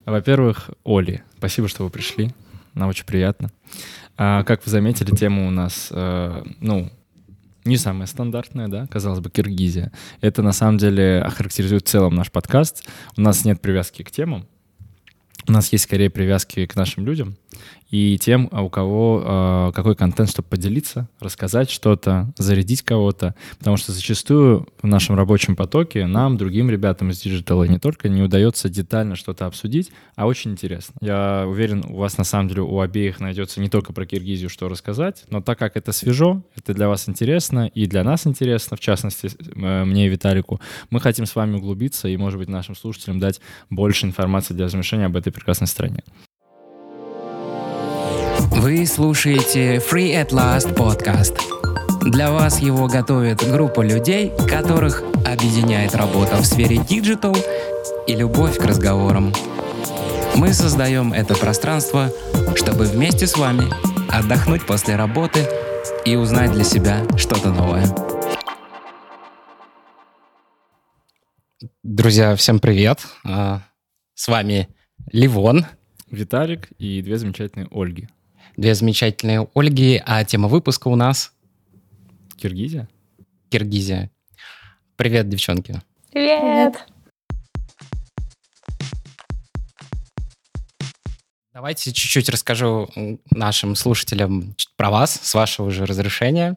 Во-первых, Оли, спасибо, что вы пришли. Нам очень приятно. Как вы заметили, тема у нас, не самая стандартная, да, казалось бы, Киргизия. Это на самом деле охарактеризует в целом наш подкаст. У нас нет привязки к темам. У нас есть скорее привязки к нашим людям и тем, у кого какой контент, чтобы поделиться, рассказать что-то, зарядить кого-то. Потому что зачастую в нашем рабочем потоке нам, другим ребятам из диджитала не только не удается детально что-то обсудить, а очень интересно. Я уверен, у вас на самом деле у обеих найдется не только про Киргизию что рассказать, но так как это свежо, это для вас интересно и для нас интересно, в частности, мне и Виталику, мы хотим с вами углубиться и, может быть, нашим слушателям дать больше информации для размышления об этой прекрасной стране. Вы слушаете Free at Last подкаст. Для вас его готовит группа людей, которых объединяет работа в сфере диджитал и любовь к разговорам. Мы создаем это пространство, чтобы вместе с вами отдохнуть после работы и узнать для себя что-то новое. Друзья, всем привет. С вами Ливон, Виталик и две замечательные Ольги. Две замечательные Ольги, а тема выпуска у нас... Киргизия? Киргизия. Привет, девчонки. Привет! Давайте чуть-чуть расскажу нашим слушателям про вас, с вашего же разрешения.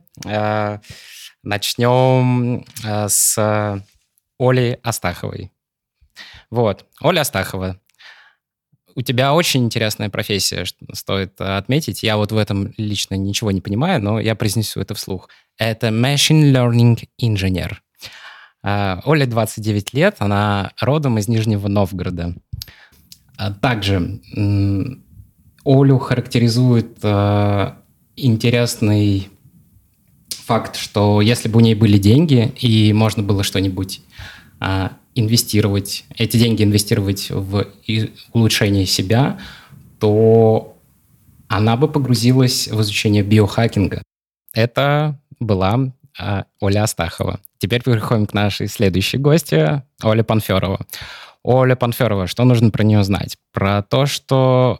Начнем с Оли Астаховой. Вот, Оля Астахова. У тебя очень интересная профессия, что стоит отметить. Я вот в этом лично ничего не понимаю, но я произнесу это вслух. Это Machine Learning Engineer. Оле 29 лет, она родом из Нижнего Новгорода. Также Олю характеризует интересный факт, что если бы у нее были деньги и можно было что-нибудь инвестировать, эти деньги инвестировать в улучшение себя, то она бы погрузилась в изучение биохакинга. Это была Оля Астахова. Теперь переходим к нашей следующей гости, Оля Панферова. Оля Панферова, что нужно про нее знать? Про то, что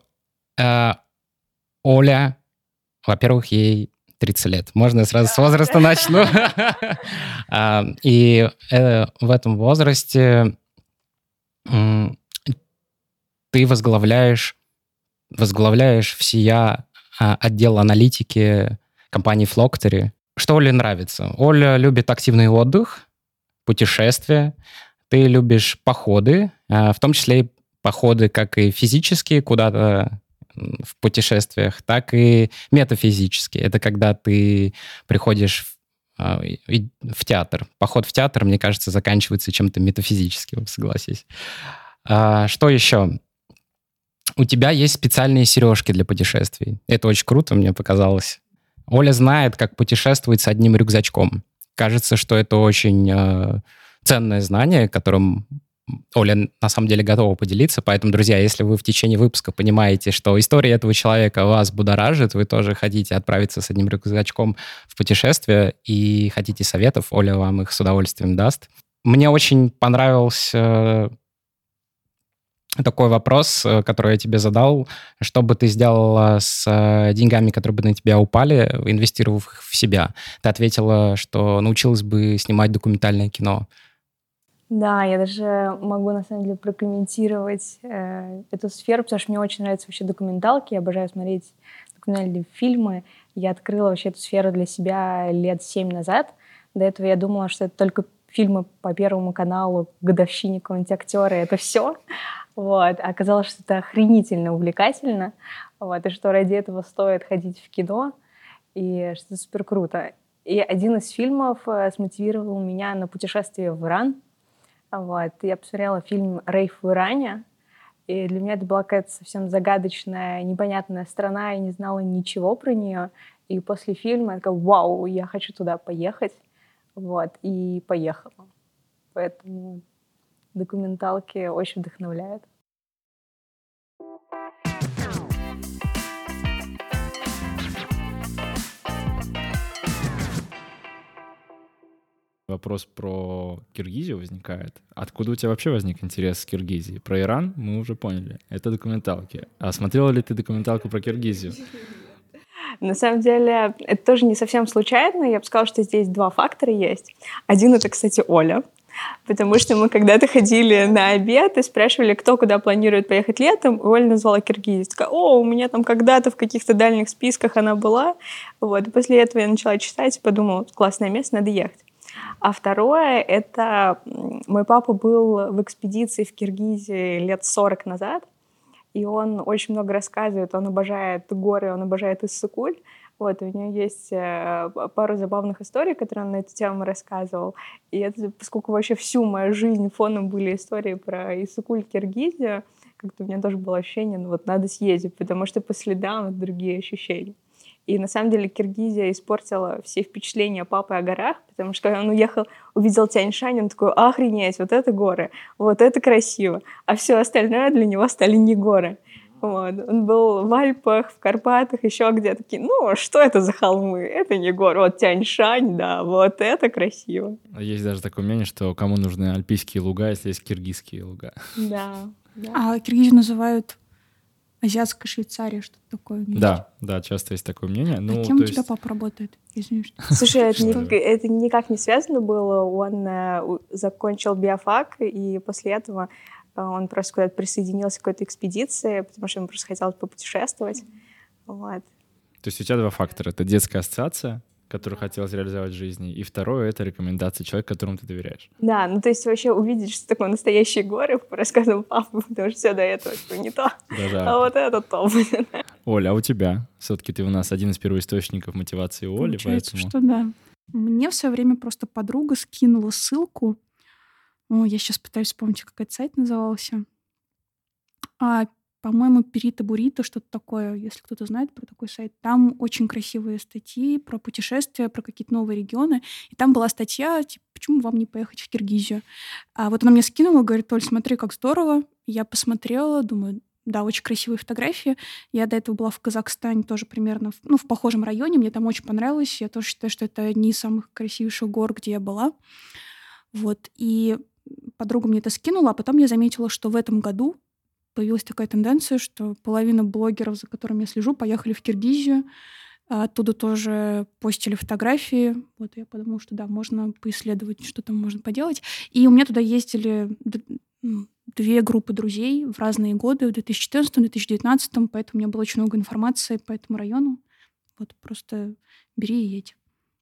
Оля, во-первых, ей 30 лет. Можно я сразу с возраста начну? И в этом возрасте ты возглавляешь всея отдел аналитики компании Flocktory. Что Оле нравится? Оля любит активный отдых, путешествия. Ты любишь походы, в том числе и походы как и физические куда-то в путешествиях, так и метафизические. Это когда ты приходишь в театр. Поход в театр, мне кажется, заканчивается чем-то метафизическим, согласись. Что еще? У тебя есть специальные сережки для путешествий. Это очень круто, мне показалось. Оля знает, как путешествовать с одним рюкзачком. Кажется, что это очень ценное знание, которым Оля на самом деле готова поделиться. Поэтому, друзья, если вы в течение выпуска понимаете, что история этого человека вас будоражит, вы тоже хотите отправиться с одним рюкзачком в путешествие и хотите советов, Оля вам их с удовольствием даст. Мне очень понравился такой вопрос, который я тебе задал. Что бы ты сделала с деньгами, которые бы на тебя упали, инвестировав их в себя? Ты ответила, что научилась бы снимать документальное кино. Да, я даже могу, на самом деле, прокомментировать эту сферу, потому что мне очень нравятся вообще документалки, я обожаю смотреть документальные фильмы. Я открыла вообще эту сферу для себя лет 7 назад. До этого я думала, что это только фильмы по Первому каналу, годовщине какого-нибудь актера, это все. Вот. А оказалось, что это охренительно увлекательно, вот, и что ради этого стоит ходить в кино, и что это супер круто. И один из фильмов смотивировал меня на путешествие в Иран. Вот. Я посмотрела фильм «Рейв в Иране», и для меня это была какая-то совсем загадочная, непонятная страна, я не знала ничего про нее. И после фильма я такая: вау, я хочу туда поехать. Вот. И поехала. Поэтому документалки очень вдохновляют. вопрос про Киргизию возникает. Откуда у тебя вообще возник интерес к Киргизии? Про Иран мы уже поняли. Это документалки. А смотрела ли ты документалку про Киргизию? На самом деле, это тоже не совсем случайно. Я бы сказала, что здесь два фактора есть. Один — это, кстати, Оля. Потому что мы когда-то ходили на обед и спрашивали, кто куда планирует поехать летом, и Оля назвала Киргизию. Такая: о, у меня там когда-то в каких-то дальних списках она была. Вот. И после этого я начала читать и подумала: классное место, надо ехать. А второе — это мой папа был в экспедиции в Киргизии лет 40 назад, и он очень много рассказывает, он обожает горы, он обожает Иссык-Куль. Вот, у него есть пару забавных историй, которые он на эту тему рассказывал. И это, поскольку вообще всю мою жизнь фоном были истории про Иссык-Куль, Киргизию, как-то у меня тоже было ощущение, ну вот надо съездить, потому что по следам это другие ощущения. И на самом деле Киргизия испортила все впечатления папы о горах, потому что когда он уехал, увидел Тянь-Шань, он такой: охренеть, вот это горы, вот это красиво. А все остальное для него стали не горы. Вот. Он был в Альпах, в Карпатах, еще где-то. Такие: ну, что это за холмы? Это не горы. Вот Тянь-Шань, да, вот это красиво. Есть даже такое мнение, что кому нужны альпийские луга, если есть киргизские луга. Да. А Киргизию называют азиатской Швейцарией, что-то такое. Да, часто есть такое мнение. А кем у тебя папа работает? Извини, что... Слушай, это никак не связано было. Он закончил биофак, и после этого он просто куда-то присоединился к какой-то экспедиции, потому что ему просто хотелось попутешествовать. Вот. То есть у тебя два фактора. Это детская ассоциация, которую хотелось реализовать в жизни, и второе — это рекомендации человека, которому ты доверяешь. Да, ну то есть вообще увидеть, что такое настоящие горы, по рассказам папы, потому что все до этого что не то, а вот это то. Оля, а у тебя? Все-таки ты у нас один из первоисточников мотивации Оли, Получается, поэтому... что да. Мне в свое время просто подруга скинула ссылку. Я сейчас пытаюсь вспомнить, как этот сайт назывался. По-моему, Перита Бурита, что-то такое, если кто-то знает про такой сайт. Там очень красивые статьи про путешествия, про какие-то новые регионы. И там была статья, типа: почему вам не поехать в Киргизию? А вот она мне скинула, говорит: Оль, смотри, как здорово. Я посмотрела, думаю, да, очень красивые фотографии. Я до этого была в Казахстане тоже примерно в похожем районе. Мне там очень понравилось. Я тоже считаю, что это одни из самых красивейших гор, где я была. Вот. И подруга мне это скинула, а потом я заметила, что в этом году появилась такая тенденция, что половина блогеров, за которыми я слежу, поехали в Киргизию. Оттуда тоже постили фотографии. Вот я подумала, что да, можно поисследовать, что там можно поделать. И у меня туда ездили две группы друзей в разные годы, в 2014-2019, поэтому у меня было очень много информации по этому району. Вот просто бери и едь.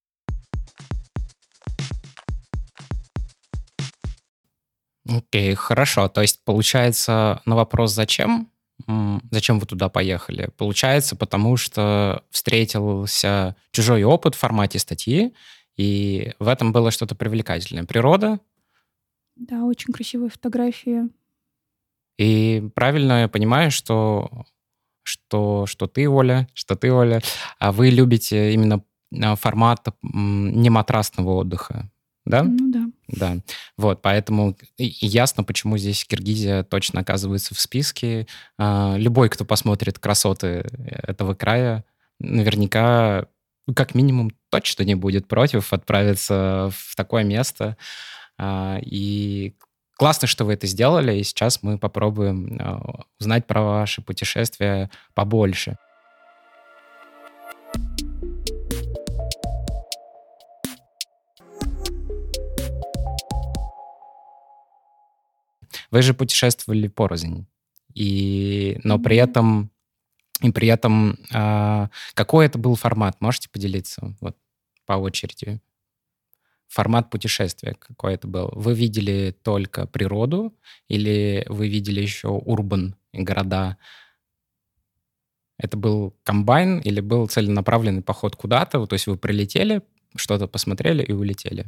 Окей, хорошо. То есть, получается, на вопрос «зачем?» Зачем вы туда поехали? Получается, потому что встретился чужой опыт в формате статьи, и в этом было что-то привлекательное. Природа. Да, очень красивые фотографии. И правильно я понимаю, что ты, Оля, вы любите именно формат нематрасного отдыха, да? Ну да. Да, вот, поэтому ясно, почему здесь Киргизия точно оказывается в списке. Любой, кто посмотрит красоты этого края, наверняка, как минимум, точно не будет против отправиться в такое место. И классно, что вы это сделали, и сейчас мы попробуем узнать про ваши путешествия побольше. Вы же путешествовали порознь, но при этом какой это был формат? Можете поделиться вот по очереди? Формат путешествия какой это был? Вы видели только природу или вы видели еще урбан, города? Это был комбайн или был целенаправленный поход куда-то? То есть вы прилетели, что-то посмотрели и улетели?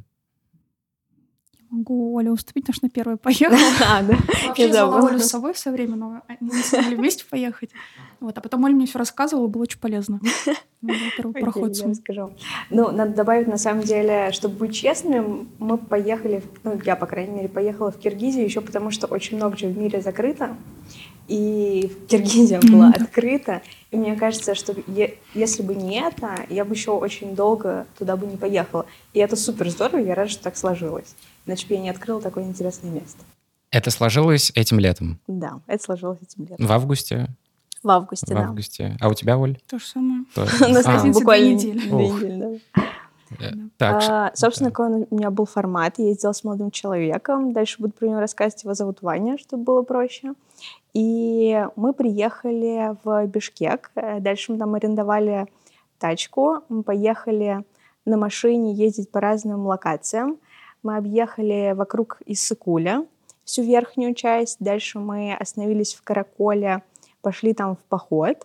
Могу Оле уступить, потому что на первое поехала. Вообще звала Олю с собой все время, но мы не смогли вместе поехать. Вот. А потом Оля мне все рассказывала, было очень полезно. Первый проход. Я расскажу. Надо добавить, на самом деле, чтобы быть честным, мы поехали, я, по крайней мере, поехала в Киргизию еще потому, что очень много чего в мире закрыто. и Киргизия была открыта. И мне кажется, что если бы не это, я бы еще очень долго туда бы не поехала. И это супер здорово, я рада, что так сложилось. Иначе бы я не открыла такое интересное место. Это сложилось этим летом? Да, это сложилось этим летом. В августе? В августе, В да. августе. А у тебя, Оль? То же самое. У нас разница буквально 2 недели. 2 недели, да. Так, Собственно, какой у меня был формат. Я ездила с молодым человеком. Дальше буду про него рассказывать. Его зовут Ваня, чтобы было проще. И мы приехали в Бишкек. Дальше мы там арендовали тачку. Мы поехали на машине ездить по разным локациям. Мы объехали вокруг Иссыкуля всю верхнюю часть. Дальше мы остановились в Караколе, пошли там в поход.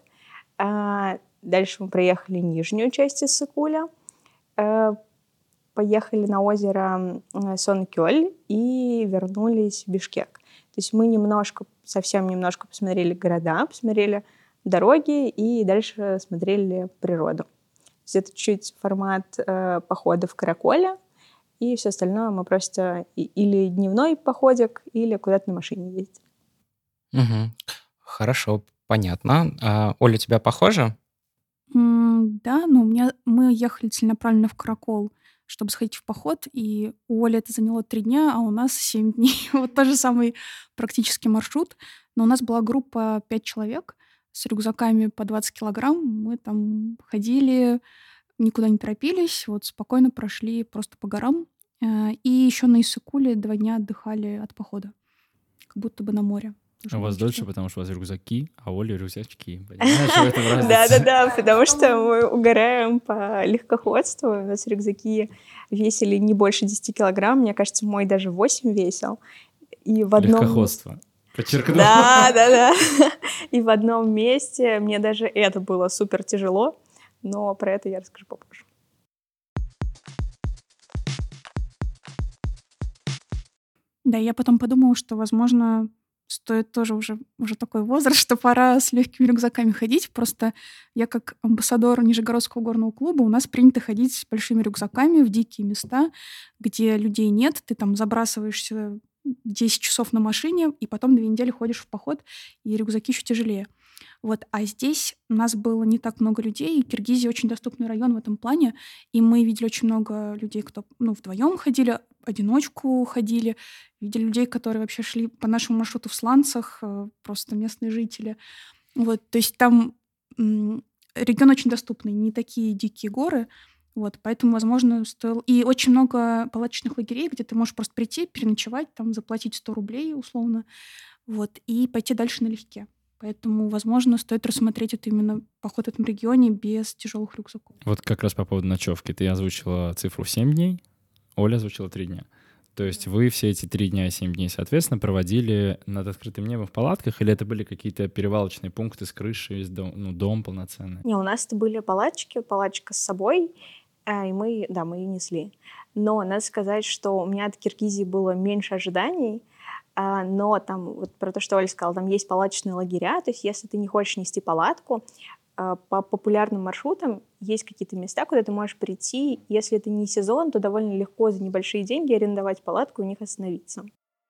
Дальше мы проехали нижнюю часть Иссыкуля. Поехали на озеро Сонкёль и вернулись в Бишкек. То есть мы совсем немножко посмотрели города, посмотрели дороги и дальше смотрели природу. То есть это чуть формат похода в Караколе, и все остальное мы просто или дневной походик, или куда-то на машине ездили. Угу. Хорошо, понятно. Оля, у тебя похоже? Да, но мы ехали целенаправленно в Каракол, чтобы сходить в поход, и у Оли это заняло 3 дня, а у нас 7 дней. Вот тот же самый практически маршрут. Но у нас была группа 5 человек с рюкзаками по 20 килограмм. Мы там ходили, никуда не торопились, вот спокойно прошли просто по горам. И еще на Иссыкуле 2 дня отдыхали от похода, как будто бы на море. У вас дольше, потому что у вас рюкзаки, а у Оли рюкзачки. Понимаешь, в этом разница? Да-да-да, потому что мы угораем по легкоходству. У нас рюкзаки весили не больше 10 килограмм. Мне кажется, мой даже 8 весил. И в одном... Легкоходство. Подчеркну. Да. И в одном месте мне даже это было супер тяжело, но про это я расскажу попозже. Да, я потом подумала, что, возможно, стоит тоже уже такой возраст, что пора с легкими рюкзаками ходить. Просто я как амбассадор Нижегородского горного клуба, у нас принято ходить с большими рюкзаками в дикие места, где людей нет. Ты там забрасываешься 10 часов на машине, и потом 2 недели ходишь в поход, и рюкзаки еще тяжелее. Вот. А здесь у нас было не так много людей, и Киргизия очень доступный район в этом плане, и мы видели очень много людей, кто вдвоем ходили, одиночку ходили, видели людей, которые вообще шли по нашему маршруту в сланцах, просто местные жители. Вот. То есть там регион очень доступный, не такие дикие горы, вот, поэтому, возможно, стоило... И очень много палаточных лагерей, где ты можешь просто прийти, переночевать, там, заплатить 100 рублей условно, вот, и пойти дальше налегке. Поэтому, возможно, стоит рассмотреть это именно поход в этом регионе без тяжелых рюкзаков. Вот как раз по поводу ночевки. Ты озвучила цифру 7 дней, Оля озвучила 3 дня. То есть вы все эти 3 дня и 7 дней, соответственно, проводили над открытым небом в палатках, или это были какие-то перевалочные пункты с крышей, дом полноценный? Не, у нас это были палаточка с собой, и мы ее несли. Но надо сказать, что у меня от Киргизии было меньше ожиданий, но там, вот про то, что Оля сказала, там есть палаточные лагеря, то есть если ты не хочешь нести палатку, по популярным маршрутам есть какие-то места, куда ты можешь прийти. Если это не сезон, то довольно легко за небольшие деньги арендовать палатку и у них остановиться.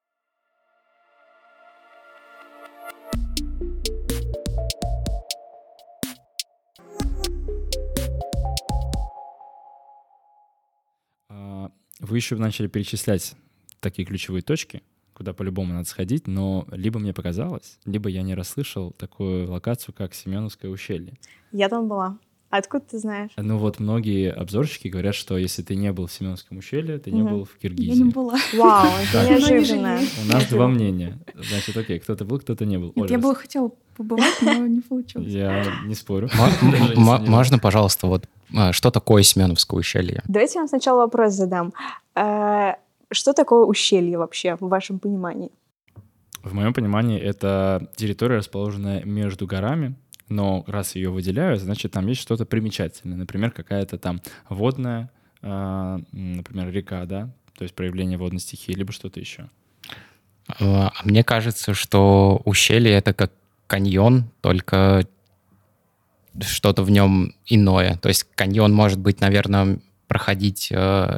Вы еще начали перечислять такие ключевые точки, куда по-любому надо сходить, но либо мне показалось, либо я не расслышал такую локацию, как Семеновское ущелье. Я там была. Откуда ты знаешь? Ну вот многие обзорщики говорят, что если ты не был в Семеновском ущелье, ты не был в Киргизии. Я не была. Вау, это неожиданно. У нас 2 мнения. Значит, окей, кто-то был, кто-то не был. Нет, я бы хотела побывать, но не получилось. Я не спорю. Можно, пожалуйста, вот что такое Семеновское ущелье? Давайте я вам сначала вопрос задам. Что такое ущелье вообще в вашем понимании? В моем понимании это территория, расположенная между горами, но раз ее выделяют, значит, там есть что-то примечательное. Например, какая-то там водная, например, река, да, то есть проявление водной стихии, либо что-то еще. Мне кажется, что ущелье — это как каньон, только что-то в нем иное. То есть каньон может быть, наверное, проходить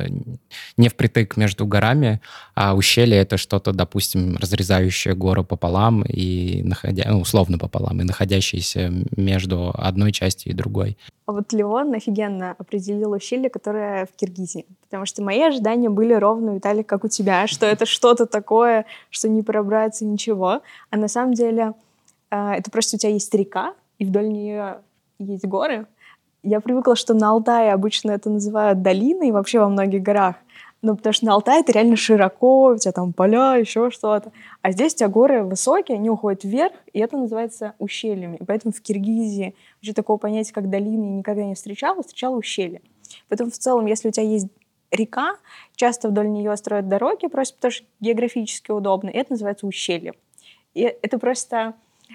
не впритык между горами, а ущелье — это что-то, допустим, разрезающее гору пополам и условно пополам, и находящееся между одной частью и другой. А вот Леон офигенно определил ущелье, которое в Киргизии. Потому что мои ожидания были ровно, Виталий, как у тебя, что это что-то такое, что не пробраться, ничего. А на самом деле это просто у тебя есть река, и вдоль нее есть горы. Я привыкла, что на Алтае обычно это называют долиной вообще во многих горах. Ну, потому что на Алтае это реально широко, у тебя там поля, еще что-то. А здесь у тебя горы высокие, они уходят вверх, и это называется ущельями. И поэтому в Киргизии вообще такого понятия, как долины, я никогда не встречала ущелье. Поэтому в целом, если у тебя есть река, часто вдоль нее строят дороги, просто потому что географически удобно, и это называется ущельем. И это просто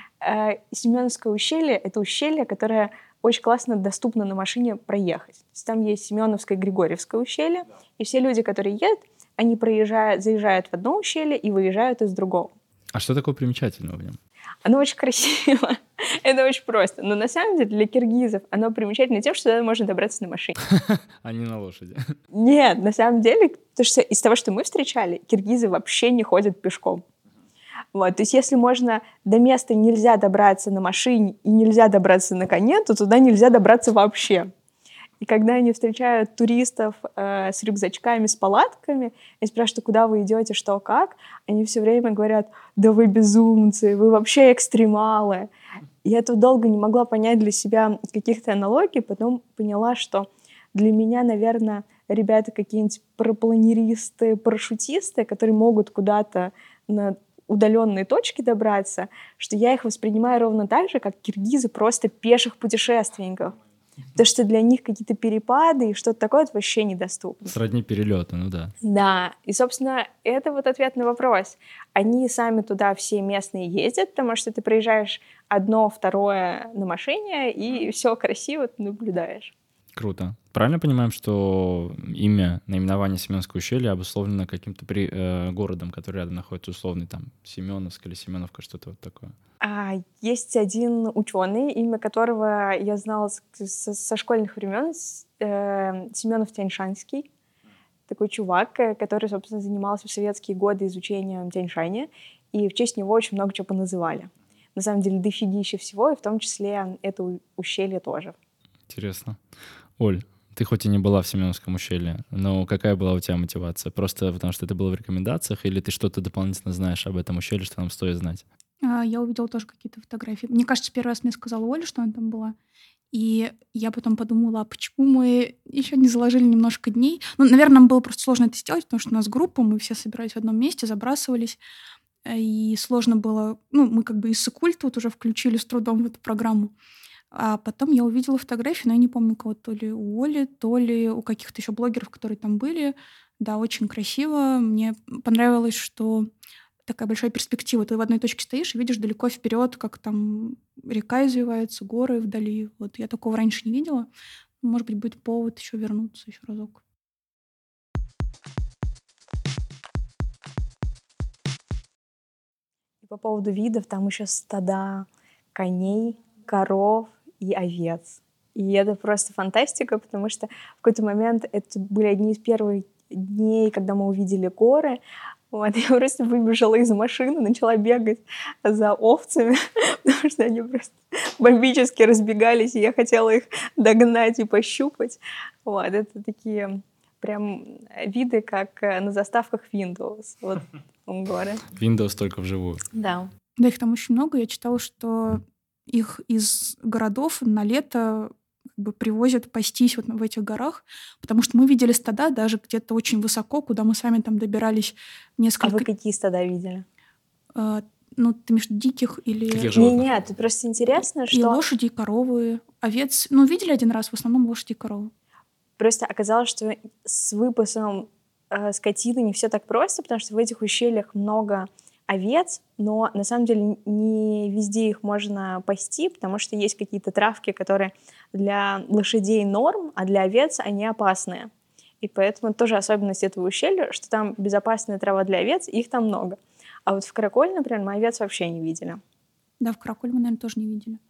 Семеновское ущелье, это ущелье, которое очень классно доступно на машине проехать. То есть там есть Семеновское и Григорьевское ущелье, и все люди, которые едут, они заезжают в одно ущелье и выезжают из другого. А что такое примечательного в нем? Оно очень красиво, это очень просто. Но на самом деле для киргизов оно примечательно тем, что туда можно добраться на машине. А не на лошади. Нет, на самом деле, потому что из того, что мы встречали, киргизы вообще не ходят пешком. Вот, то есть если до места нельзя добраться на машине и нельзя добраться на коне, то туда нельзя добраться вообще. И когда они встречают туристов с рюкзачками, с палатками, и спрашивают, куда вы идете, что, как, они все время говорят: да вы безумцы, вы вообще экстремалы. Я это долго не могла понять для себя каких-то аналогий, потом поняла, что для меня, наверное, ребята какие-нибудь парапланеристы, парашютисты, которые могут куда-то на удаленные точки добраться, что я их воспринимаю ровно так же, как киргизы просто пеших путешественников. Потому что для них какие-то перепады и что-то такое вообще недоступно. Сродни перелету, ну да. Да, и, собственно, это вот ответ на вопрос. Они сами туда все местные ездят, потому что ты проезжаешь одно, второе на машине, и все красиво ты наблюдаешь. Круто. Правильно понимаем, что наименование Семеновского ущелья обусловлено каким-то городом, который рядом находится, условный там Семеновск или Семеновка, что-то вот такое? Есть один ученый, имя которого я знала со школьных времен, Семенов Тяньшанский. Такой чувак, который, собственно, занимался в советские годы изучением Тяньшаня, и в честь него очень много чего поназывали. На самом деле дофигища всего, и в том числе это ущелье тоже. Интересно. Оль, ты хоть и не была в Семеновском ущелье, но какая была у тебя мотивация? Просто потому что это было в рекомендациях, или ты что-то дополнительно знаешь об этом ущелье, что нам стоит знать? Я увидела тоже какие-то фотографии. Мне кажется, первый раз мне сказала Оля, что она там была. И я потом подумала, а почему мы еще не заложили немножко дней? Ну, наверное, нам было просто сложно это сделать, потому что у нас группа, мы все собирались в одном месте, забрасывались. И сложно было... Ну, мы как бы из Сокульта вот уже включили с трудом в эту программу. А потом я увидела фотографии, но я не помню, кого, то ли у Оли, то ли у каких-то еще блогеров, которые там были. Да, очень красиво. Мне понравилось, что такая большая перспектива. Ты в одной точке стоишь и видишь далеко вперед, как там река извивается, горы вдали. Вот я такого раньше не видела. Может быть, будет повод еще вернуться еще разок. И по поводу видов, там еще стада коней, коров и овец. И это просто фантастика, потому что в какой-то момент это были одни из первых дней, когда мы увидели горы. Вот, я просто выбежала из машины, начала бегать за овцами, потому что они просто бомбически разбегались, и я хотела их догнать и пощупать. Вот, это такие прям виды, как на заставках Windows. Вот горы. Windows только вживую. Да. Да, их там очень много. Я читала, что их из городов на лето как бы привозят пастись вот в этих горах, потому что мы видели стада даже где-то очень высоко, куда мы сами там добирались несколько... А вы какие стада видели? Ну, ты имеешь в виду диких или... Каких животных? Нет, это просто интересно, что... И лошади, и коровы, овец. Ну, видели один раз, в основном лошади и коровы. Просто оказалось, что с выпасом скотины не все так просто, потому что в этих ущельях много овец, но на самом деле не везде их можно пасти, потому что есть какие-то травки, которые для лошадей норм, а для овец они опасные. И поэтому тоже особенность этого ущелья, что там безопасная трава для овец, их там много. А вот в Караколе, например, мы овец вообще не видели. Да, в Караколе мы, наверное, тоже не видели.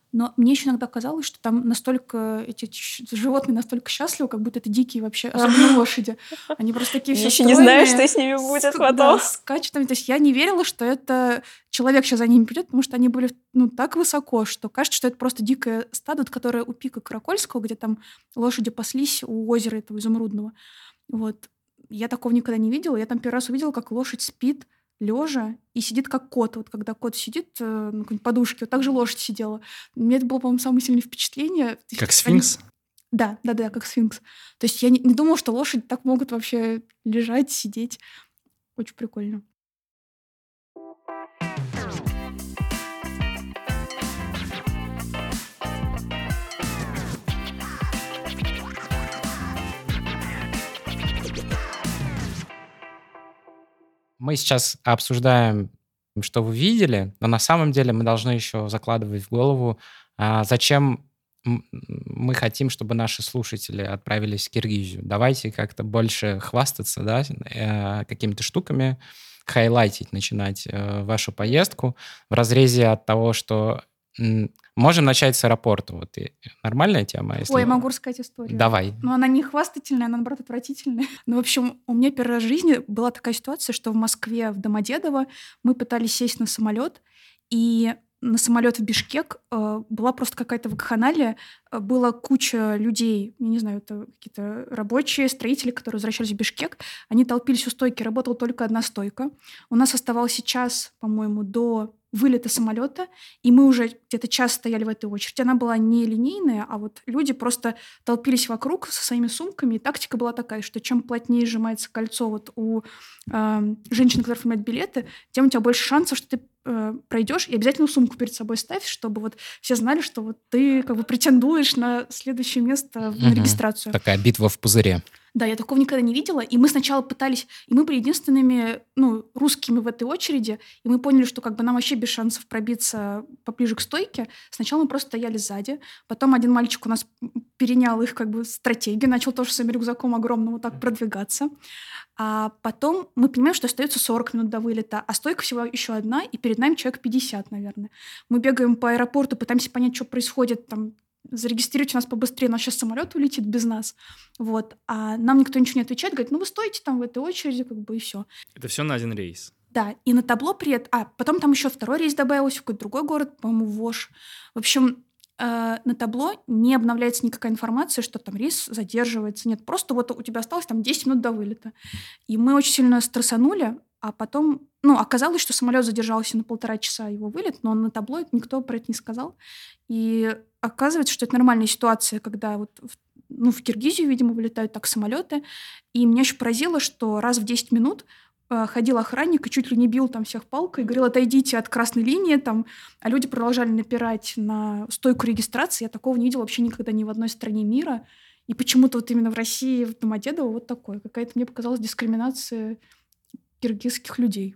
Но мне еще иногда казалось, что там настолько эти животные настолько счастливы, как будто это дикие вообще, особенно лошади. Они просто такие все Еще не знаю, стройные, что с ними будет да, потом. скачут. То есть я не верила, что это человек сейчас за ними придет, потому что они были так высоко, что кажется, что это просто дикое стадо, которое у пика Каракольского, где там лошади паслись у озера этого изумрудного. Вот. Я такого никогда не видела. Я там первый раз увидела, как лошадь спит лежа и сидит как кот. Вот когда кот сидит на какой-нибудь подушке, вот так же лошадь сидела. Мне это было, по-моему, самое сильное впечатление. То есть Как сфинкс? Да, как сфинкс. То есть я не думала, что лошади так могут вообще лежать, сидеть. Очень прикольно. Мы сейчас обсуждаем, что вы видели, но на самом деле мы должны еще закладывать в голову, зачем мы хотим, чтобы наши слушатели отправились в Киргизию. Давайте как-то больше хвастаться, да, какими-то штуками, хайлайтить, начинать вашу поездку в разрезе от того, что можем начать с аэропорта. Вот нормальная тема? Если... Ой, я могу рассказать историю. Давай. Но она не хвастательная, она, наоборот, отвратительная. Ну, в общем, у меня первый раз в жизни была такая ситуация, что в Москве, в Домодедово, мы пытались сесть на самолет, и на самолет в Бишкек была просто какая-то вакханалия. Была куча людей, я не знаю, это какие-то рабочие, строители, которые возвращались в Бишкек. Они толпились у стойки, работала только одна стойка. У нас оставался час, по-моему, до вылета самолета, и мы уже где-то час стояли в этой очереди. Она была не линейная, а вот люди просто толпились вокруг со своими сумками, и тактика была такая, что чем плотнее сжимается кольцо вот у женщины, которые оформляют билеты, тем у тебя больше шансов, что ты пройдешь, и обязательно сумку перед собой ставь, чтобы вот все знали, что вот ты как бы претендуешь на следующее место на регистрацию. Такая битва в пузыре. Да, я такого никогда не видела. И мы сначала пытались... И мы были единственными, русскими в этой очереди. И мы поняли, что как бы нам вообще без шансов пробиться поближе к стойке. Сначала мы просто стояли сзади. Потом один мальчик у нас перенял их как бы стратегию. Начал тоже своим рюкзаком огромным вот так продвигаться. А потом мы понимаем, что остается 40 минут до вылета. А стойка всего еще одна. И перед нами человек 50, наверное. Мы бегаем по аэропорту, пытаемся понять, что происходит там. Зарегистрируйте нас побыстрее, у нас сейчас самолет улетит без нас. Вот. А нам никто ничего не отвечает. Говорит, вы стойте там в этой очереди, как бы, и все. Это все на один рейс? Да, и на табло потом там еще второй рейс добавился в какой-то другой город, по-моему, Вош. В общем, на табло не обновляется никакая информация, что там рейс задерживается. Нет, просто вот у тебя осталось там 10 минут до вылета. И мы очень сильно стрессанули, а потом, оказалось, что самолет задержался на 1,5 часа его вылет, но на табло никто про это не сказал. И оказывается, что это нормальная ситуация, когда вот в Киргизию, видимо, вылетают так самолеты. И меня еще поразило, что раз в 10 минут ходил охранник и чуть ли не бил там всех палкой, говорил, отойдите от красной линии, там, а люди продолжали напирать на стойку регистрации. Я такого не видела вообще никогда ни в одной стране мира. И почему-то вот именно в России, в Домодедово вот такое. Какая-то, мне показалась, дискриминация киргизских людей.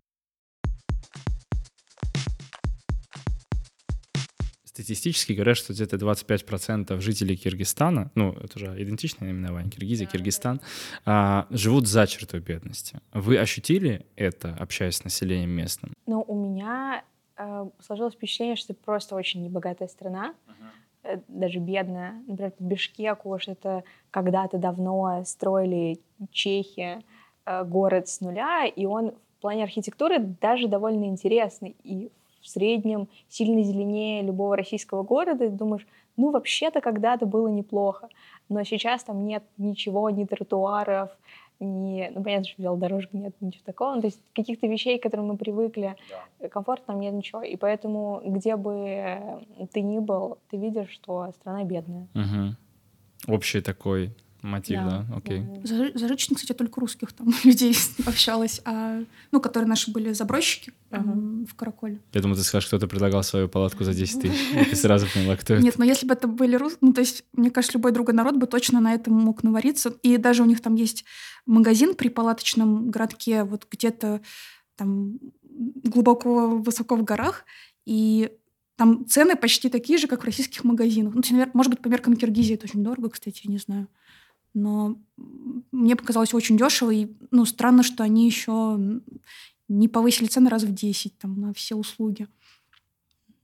Статистически говорят, что где-то 25% жителей Киргизстана, это же идентичное наименование, Киргизия, Киргизстан, живут за чертой бедности. Вы ощутили это, общаясь с населением местным? У меня сложилось впечатление, что это просто очень небогатая страна, даже бедная. Например, Бишкеку, что это когда-то давно строили чехи, город с нуля, и он в плане архитектуры даже довольно интересный. И в среднем сильно зеленее любого российского города. И думаешь, вообще-то когда-то было неплохо. Но сейчас там нет ничего, ни тротуаров, понятно, что велодорожек нет, ничего такого. То есть каких-то вещей, к которым мы привыкли, комфорта там нет ничего. И поэтому, где бы ты ни был, ты видишь, что страна бедная. Угу. Общий такой мотив, да? Окей. Зажиточных, кстати, только русских там людей общалось, которые наши были забросчики в Караколе. Я думаю, ты скажешь, кто-то предлагал свою палатку за 10 тысяч, и ты сразу поняла, кто это. Нет, но если бы это были русские, то есть, мне кажется, любой другой народ бы точно на этом мог навариться. И даже у них там есть магазин при палаточном городке, вот где-то там глубоко, высоко в горах, и там цены почти такие же, как в российских магазинах. Может быть, по меркам Киргизии это очень дорого, кстати, я не знаю. Но мне показалось очень дешево, и странно, что они еще не повысили цены раз в 10 там, на все услуги.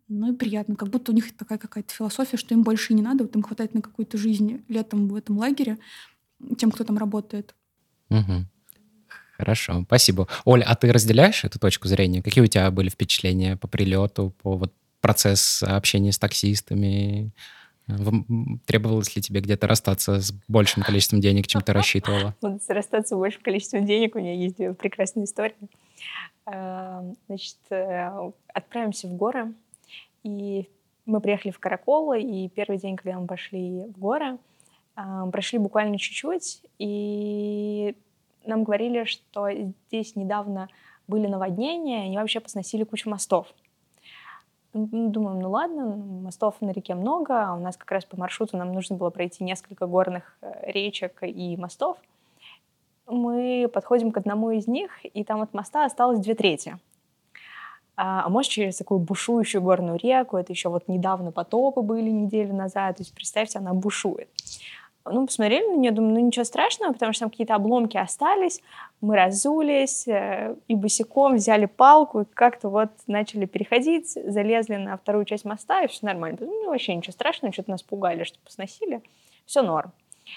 Ну и приятно, как будто у них такая какая-то философия, что им больше и не надо, вот им хватает на какую-то жизнь летом в этом лагере, тем, кто там работает. Мгм. Хорошо, спасибо. Оль, а ты разделяешь эту точку зрения? Какие у тебя были впечатления по прилету, по вот процесс общения с таксистами? Требовалось ли тебе где-то расстаться с большим количеством денег, чем ты рассчитывала? Вот расстаться с большим количеством денег, у меня есть две прекрасные истории. Значит, отправимся в горы, и мы приехали в Каракол, и первый день, когда мы пошли в горы, прошли буквально чуть-чуть, и нам говорили, что здесь недавно были наводнения, и они вообще посносили кучу мостов. Думаем, ну ладно, мостов на реке много, а у нас как раз по маршруту нам нужно было пройти несколько горных речек и мостов. Мы подходим к одному из них, и там от моста осталось 2/3. А мост через такую бушующую горную реку, это еще вот недавно потопы были неделю назад, то есть представьте, она бушует. Ну, посмотрели на нее, думаю, ну ничего страшного, потому что там какие-то обломки остались, мы разулись и босиком взяли палку и как-то вот начали переходить, залезли на вторую часть моста, и все нормально. Ну, вообще ничего страшного, что-то нас пугали, что посносили, все норм.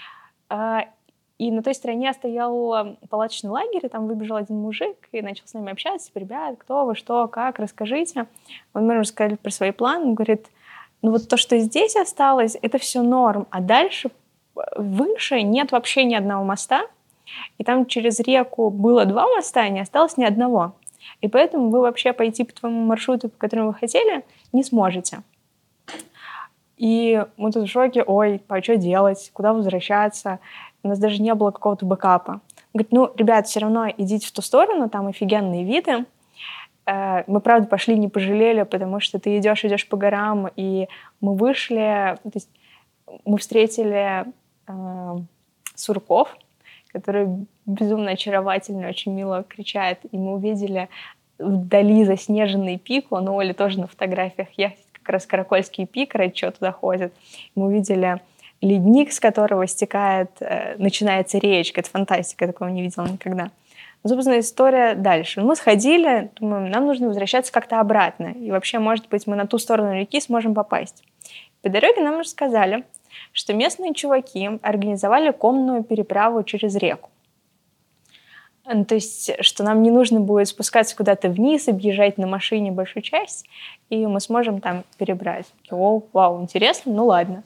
И на той стороне стоял палаточный лагерь, и там выбежал один мужик и начал с нами общаться, типа, ребят, кто вы, что, как, расскажите. Мы рассказали про свои планы, он говорит, ну вот то, что здесь осталось, это все норм, а дальше выше нет вообще ни одного моста, и там через реку было 2 моста, и не осталось ни одного. И поэтому вы вообще пойти по твоему маршруту, по которому вы хотели, не сможете. И мы тут в шоке, ой, а что делать, куда возвращаться? У нас даже не было какого-то бэкапа. Он говорит, ну, ребят, все равно идите в ту сторону, там офигенные виды. Мы, правда, пошли, не пожалели, потому что ты идешь по горам, и мы вышли, то есть мы встретили сурков, которые безумно очаровательно, очень мило кричат, и мы увидели вдали заснеженный пик, он у Оли тоже на фотографиях есть, как раз Каракольский пик, ради чего туда ходит. Мы увидели ледник, с которого начинается речка, это фантастика, я такого не видела никогда. Но, собственно, история дальше. Мы сходили, думаем, нам нужно возвращаться как-то обратно, и вообще, может быть, мы на ту сторону реки сможем попасть. По дороге нам рассказали, что местные чуваки организовали конную переправу через реку. То есть, что нам не нужно будет спускаться куда-то вниз, объезжать на машине большую часть, и мы сможем там перебрать. О, вау, интересно, ну ладно.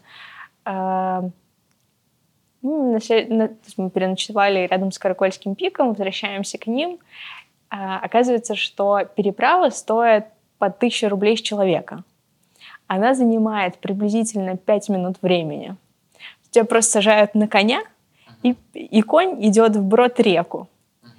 Мы переночевали рядом с Каракольским пиком, возвращаемся к ним. Оказывается, что переправа стоит по 1000 рублей с человека. Она занимает приблизительно 5 минут времени. Тебя просто сажают на коня, и конь идет вброд реку.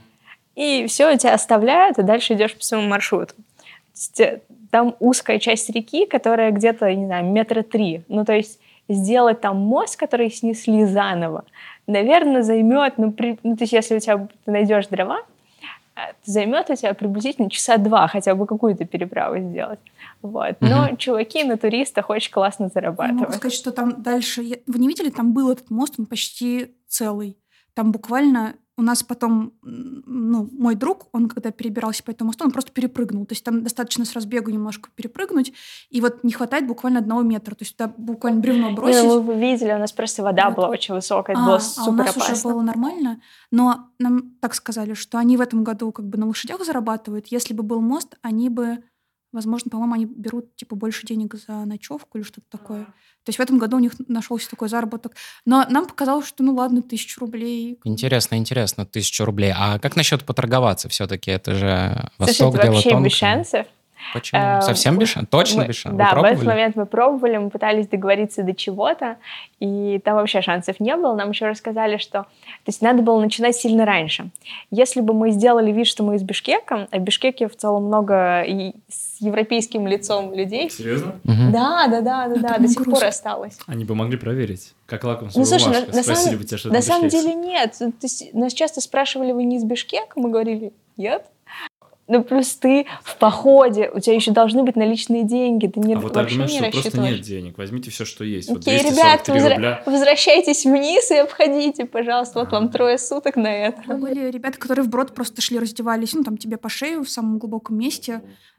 И все, тебя оставляют, и дальше идешь по своему маршруту. То есть, там узкая часть реки, которая где-то, не знаю, 3 метра. Ну, то есть сделать там мост, который снесли заново, наверное, займет, то есть если ты найдешь дрова, займет у тебя приблизительно 2 часа, хотя бы какую-то переправу сделать. Вот. Но чуваки на туристах очень классно зарабатывают. Я могу сказать, что там дальше... Вы не видели? Там был этот мост, он почти целый. Там буквально... У нас потом, мой друг, он когда перебирался по этому мосту, он просто перепрыгнул. То есть там достаточно с разбегу немножко перепрыгнуть, и вот не хватает буквально 1 метра. То есть туда буквально бревно бросить. Вы видели, у нас просто вода была очень высокая, это было супер опасно. У нас уже было нормально, но нам так сказали, что они в этом году как бы на лошадях зарабатывают. Если бы был мост, они бы, возможно, по-моему, они берут больше денег за ночевку или что-то такое. То есть в этом году у них нашелся такой заработок. Но нам показалось, что ладно, 1000 рублей. Интересно, 1000 рублей. А как насчет поторговаться все-таки? Это же Восток, слушайте, дело вообще тонкое. Без шансов. Почему? Совсем без шансов? Точно без шансов? Да, в этот момент мы пробовали, мы пытались договориться до чего-то, и там вообще шансов не было. Нам еще рассказали, что... То есть надо было начинать сильно раньше. Если бы мы сделали вид, что мы из Бишкека, а в Бишкеке в целом много и с европейским лицом людей. Серьезно? Да, до сих пор осталось. Они бы могли проверить, как лакомство слушай, бумажка. Спросили бы тебя, что на самом деле нет. То есть нас часто спрашивали, вы не из Бишкека? Мы говорили, нет. Ну, плюс ты в походе, у тебя еще должны быть наличные деньги, ты вот вообще аргумент, не что рассчитываешь. просто нет денег, возьмите все, что есть. Окей, вот ребят, рубля. возвращайтесь вниз и обходите, пожалуйста, вот вам 3 суток на это. Были ребята, которые вброд просто шли, раздевались, там тебе по шею в самом глубоком месте,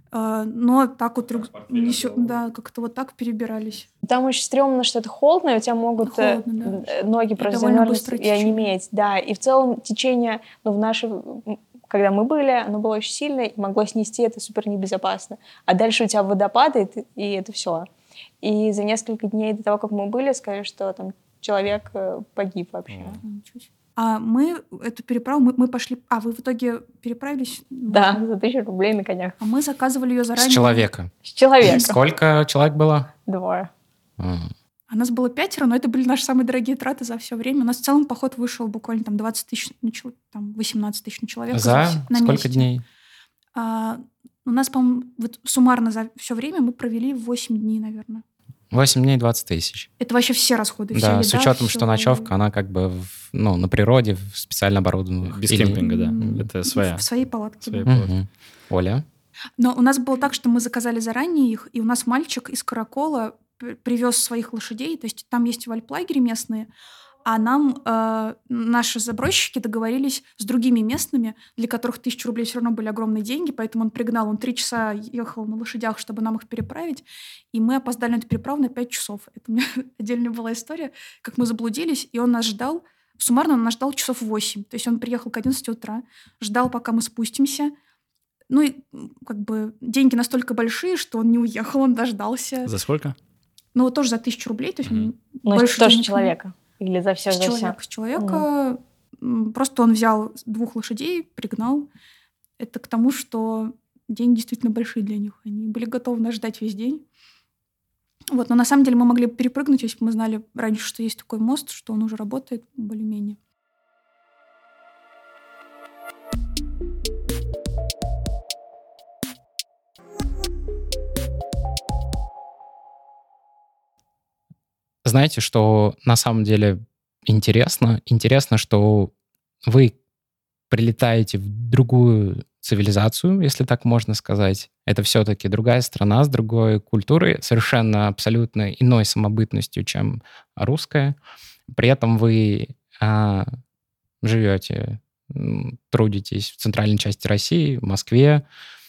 но так вот да, как-то вот так перебирались. Там очень стрёмно, что это холодно, и у тебя могут ноги просто замерзнуть и онеметь. Да, и в целом течение, когда мы были, оно было очень сильное, и могло снести это супер небезопасно. А дальше у тебя водопад, и это все. И за несколько дней до того, как мы были, сказали, что там человек погиб вообще. А мы эту переправу, мы пошли... вы в итоге переправились? Да, за 1000 рублей на конях. А мы заказывали ее заранее. С человека? С человека. Сколько человек было? 2. А нас было 5, но это были наши самые дорогие траты за все время. У нас в целом поход вышел буквально 20 тысяч, 18 тысяч на человека. За сколько месяц. Дней? У нас, по-моему, суммарно за все время мы провели 8 дней, наверное. 8 дней 20 тысяч. Это вообще все расходы. Да, вся еда, с учетом, все... что ночевка, она как бы на природе, в специально оборудованных. Без кемпинга, да. Это своя. В своей палатке. Угу. Оля? Но у нас было так, что мы заказали заранее их, и у нас мальчик из Каракола привез своих лошадей. То есть там есть вальплагеры местные, а нам наши забросчики договорились с другими местными, для которых 1000 рублей все равно были огромные деньги, поэтому он 3 часа ехал на лошадях, чтобы нам их переправить, и мы опоздали на эту переправу на 5 часов. Это у меня отдельная была история, как мы заблудились, и он нас ждал, суммарно он нас ждал часов 8, то есть он приехал к 11 утра, ждал, пока мы спустимся, и как бы деньги настолько большие, что он не уехал, он дождался. За сколько? Тоже за 1000 рублей, то есть больше тоже человека. Или за все, с человека. Просто он взял 2 лошадей, пригнал. Это к тому, что деньги действительно большие для них. Они были готовы нас ждать весь день. Но на самом деле мы могли бы перепрыгнуть, если бы мы знали раньше, что есть такой мост, что он уже работает более-менее. Знаете, что на самом деле интересно? Интересно, что вы прилетаете в другую цивилизацию, если так можно сказать. Это все-таки другая страна с другой культурой, совершенно абсолютно иной самобытностью, чем русская. При этом вы живете, трудитесь в центральной части России, в Москве.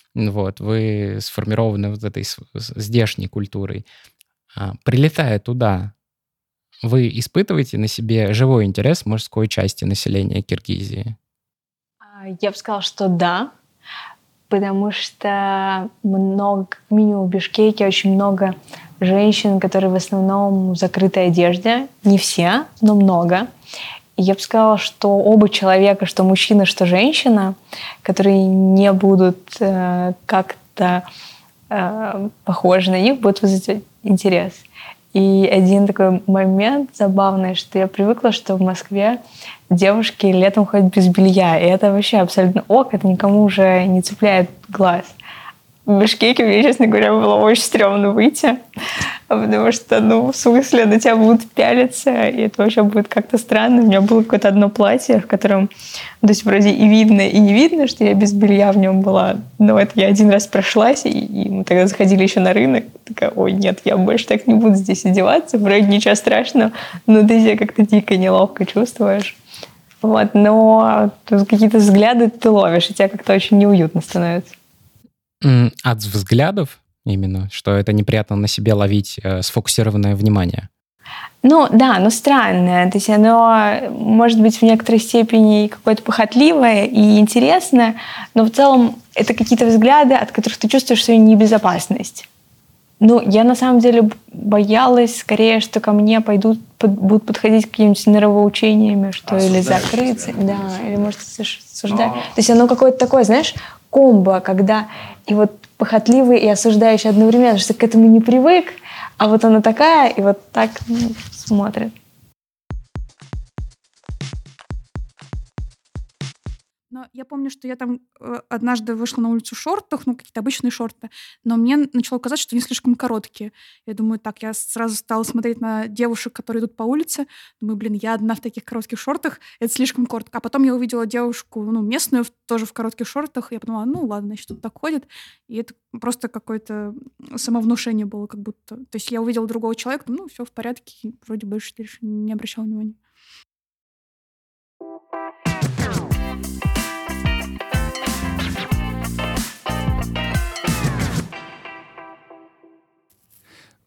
Вы сформированы этой здешней культурой. Прилетая туда, вы испытываете на себе живой интерес мужской части населения Киргизии? Я бы сказала, что да, потому что как минимум в Бишкеке очень много женщин, которые в основном в закрытой одежде. Не все, но много. И я бы сказала, что оба человека, что мужчина, что женщина, которые не будут как-то похожи на них, будут вызывать интерес. И один такой момент забавный, что я привыкла, что в Москве девушки летом ходят без белья. И это вообще абсолютно ок, это никому уже не цепляет глаз. В Бишкеке мне, честно говоря, было очень стрёмно выйти, потому что, в смысле, на тебя будут пялиться, и это вообще будет как-то странно. У меня было какое-то одно платье, в котором, то есть вроде и видно, и не видно, что я без белья в нем была. Но это я один раз прошлась, и мы тогда заходили еще на рынок. Такая, ой, нет, я больше так не буду здесь одеваться, вроде ничего страшного, но ты себя как-то дико неловко чувствуешь. Но какие-то взгляды ты ловишь, и тебе как-то очень неуютно становится. От взглядов именно, что это неприятно на себе ловить сфокусированное внимание? Да, странное. То есть оно может быть в некоторой степени какое-то похотливое и интересное, но в целом это какие-то взгляды, от которых ты чувствуешь свою небезопасность. Я на самом деле боялась скорее, что ко мне будут подходить какими-нибудь нравоучениями, что или закрыться, или может осуждать. То есть оно какое-то такое, знаешь, комбо, когда и похотливый, и осуждающий одновременно, что к этому не привык, а она такая, и так смотрит. Но я помню, что я там однажды вышла на улицу в шортах, какие-то обычные шорты, но мне начало казаться, что они слишком короткие. Я думаю, я сразу стала смотреть на девушек, которые идут по улице. Думаю, я одна в таких коротких шортах, это слишком коротко. А потом я увидела девушку, местную, тоже в коротких шортах, и я подумала, ладно, значит, тут так ходит. И это просто какое-то самовнушение было, как будто. То есть я увидела другого человека, все в порядке, и вроде больше не обращала внимания.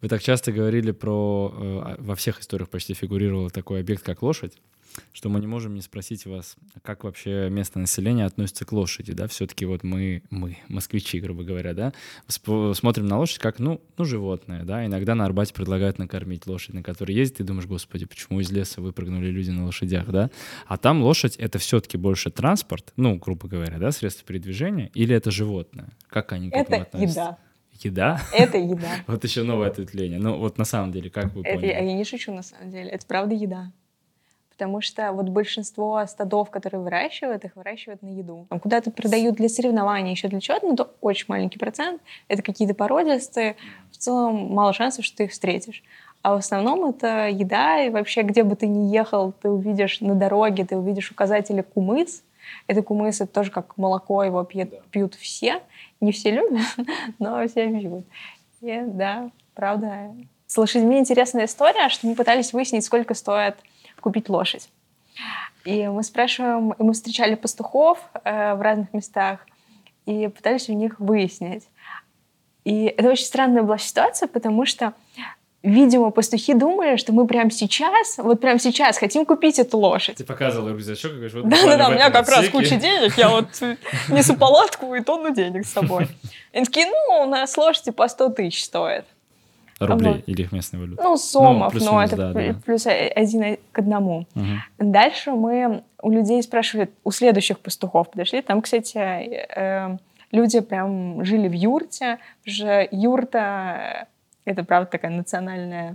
Вы так часто говорили про... во всех историях почти фигурировал такой объект, как лошадь, что мы не можем не спросить вас, как вообще местное население относится к лошади, да? Все-таки вот мы, москвичи, грубо говоря, да, смотрим на лошадь как, животное, да? Иногда на Арбате предлагают накормить лошадь, на которой ездит, и думаешь, господи, почему из леса выпрыгнули люди на лошадях, да? А там лошадь — это все-таки больше транспорт, грубо говоря, да, средство передвижения, или это животное? Как они к этому относятся? Это еда. Еда? Это еда. Вот еще новое ответвление. Вот на самом деле, как вы поняли? Я не шучу, на самом деле. Это правда еда. Потому что вот большинство стадов, которые выращивают, их выращивают на еду. Там куда-то продают для соревнований, еще для чего-то, но это очень маленький процент. Это какие-то породистые. В целом мало шансов, что ты их встретишь. А в основном это еда, и вообще где бы ты ни ехал, ты увидишь на дороге, ты увидишь указатели кумыс. Это кумыс, это тоже как молоко, его пьют все. Не все любят, но все пьют. И да, правда. С лошадьми интересная история, что мы пытались выяснить, сколько стоит купить лошадь. И мы спрашиваем, и мы встречали пастухов в разных местах и пытались у них выяснить. И это очень странная была ситуация, потому что, видимо, пастухи думали, что мы прямо сейчас хотим купить эту лошадь. Ты показывала рюкзачок и говоришь, вот да, у меня как раз куча денег, я вот несу палатку и тонну денег с собой. Они такие, у нас лошади по 100 тысяч стоит. Рублей или их местной валюты? Сомов, это плюс 1 к 1. Угу. Дальше мы у людей спрашивали, у следующих пастухов подошли, там, кстати, люди прям жили в юрте, потому что юрта — это, правда, такая национальная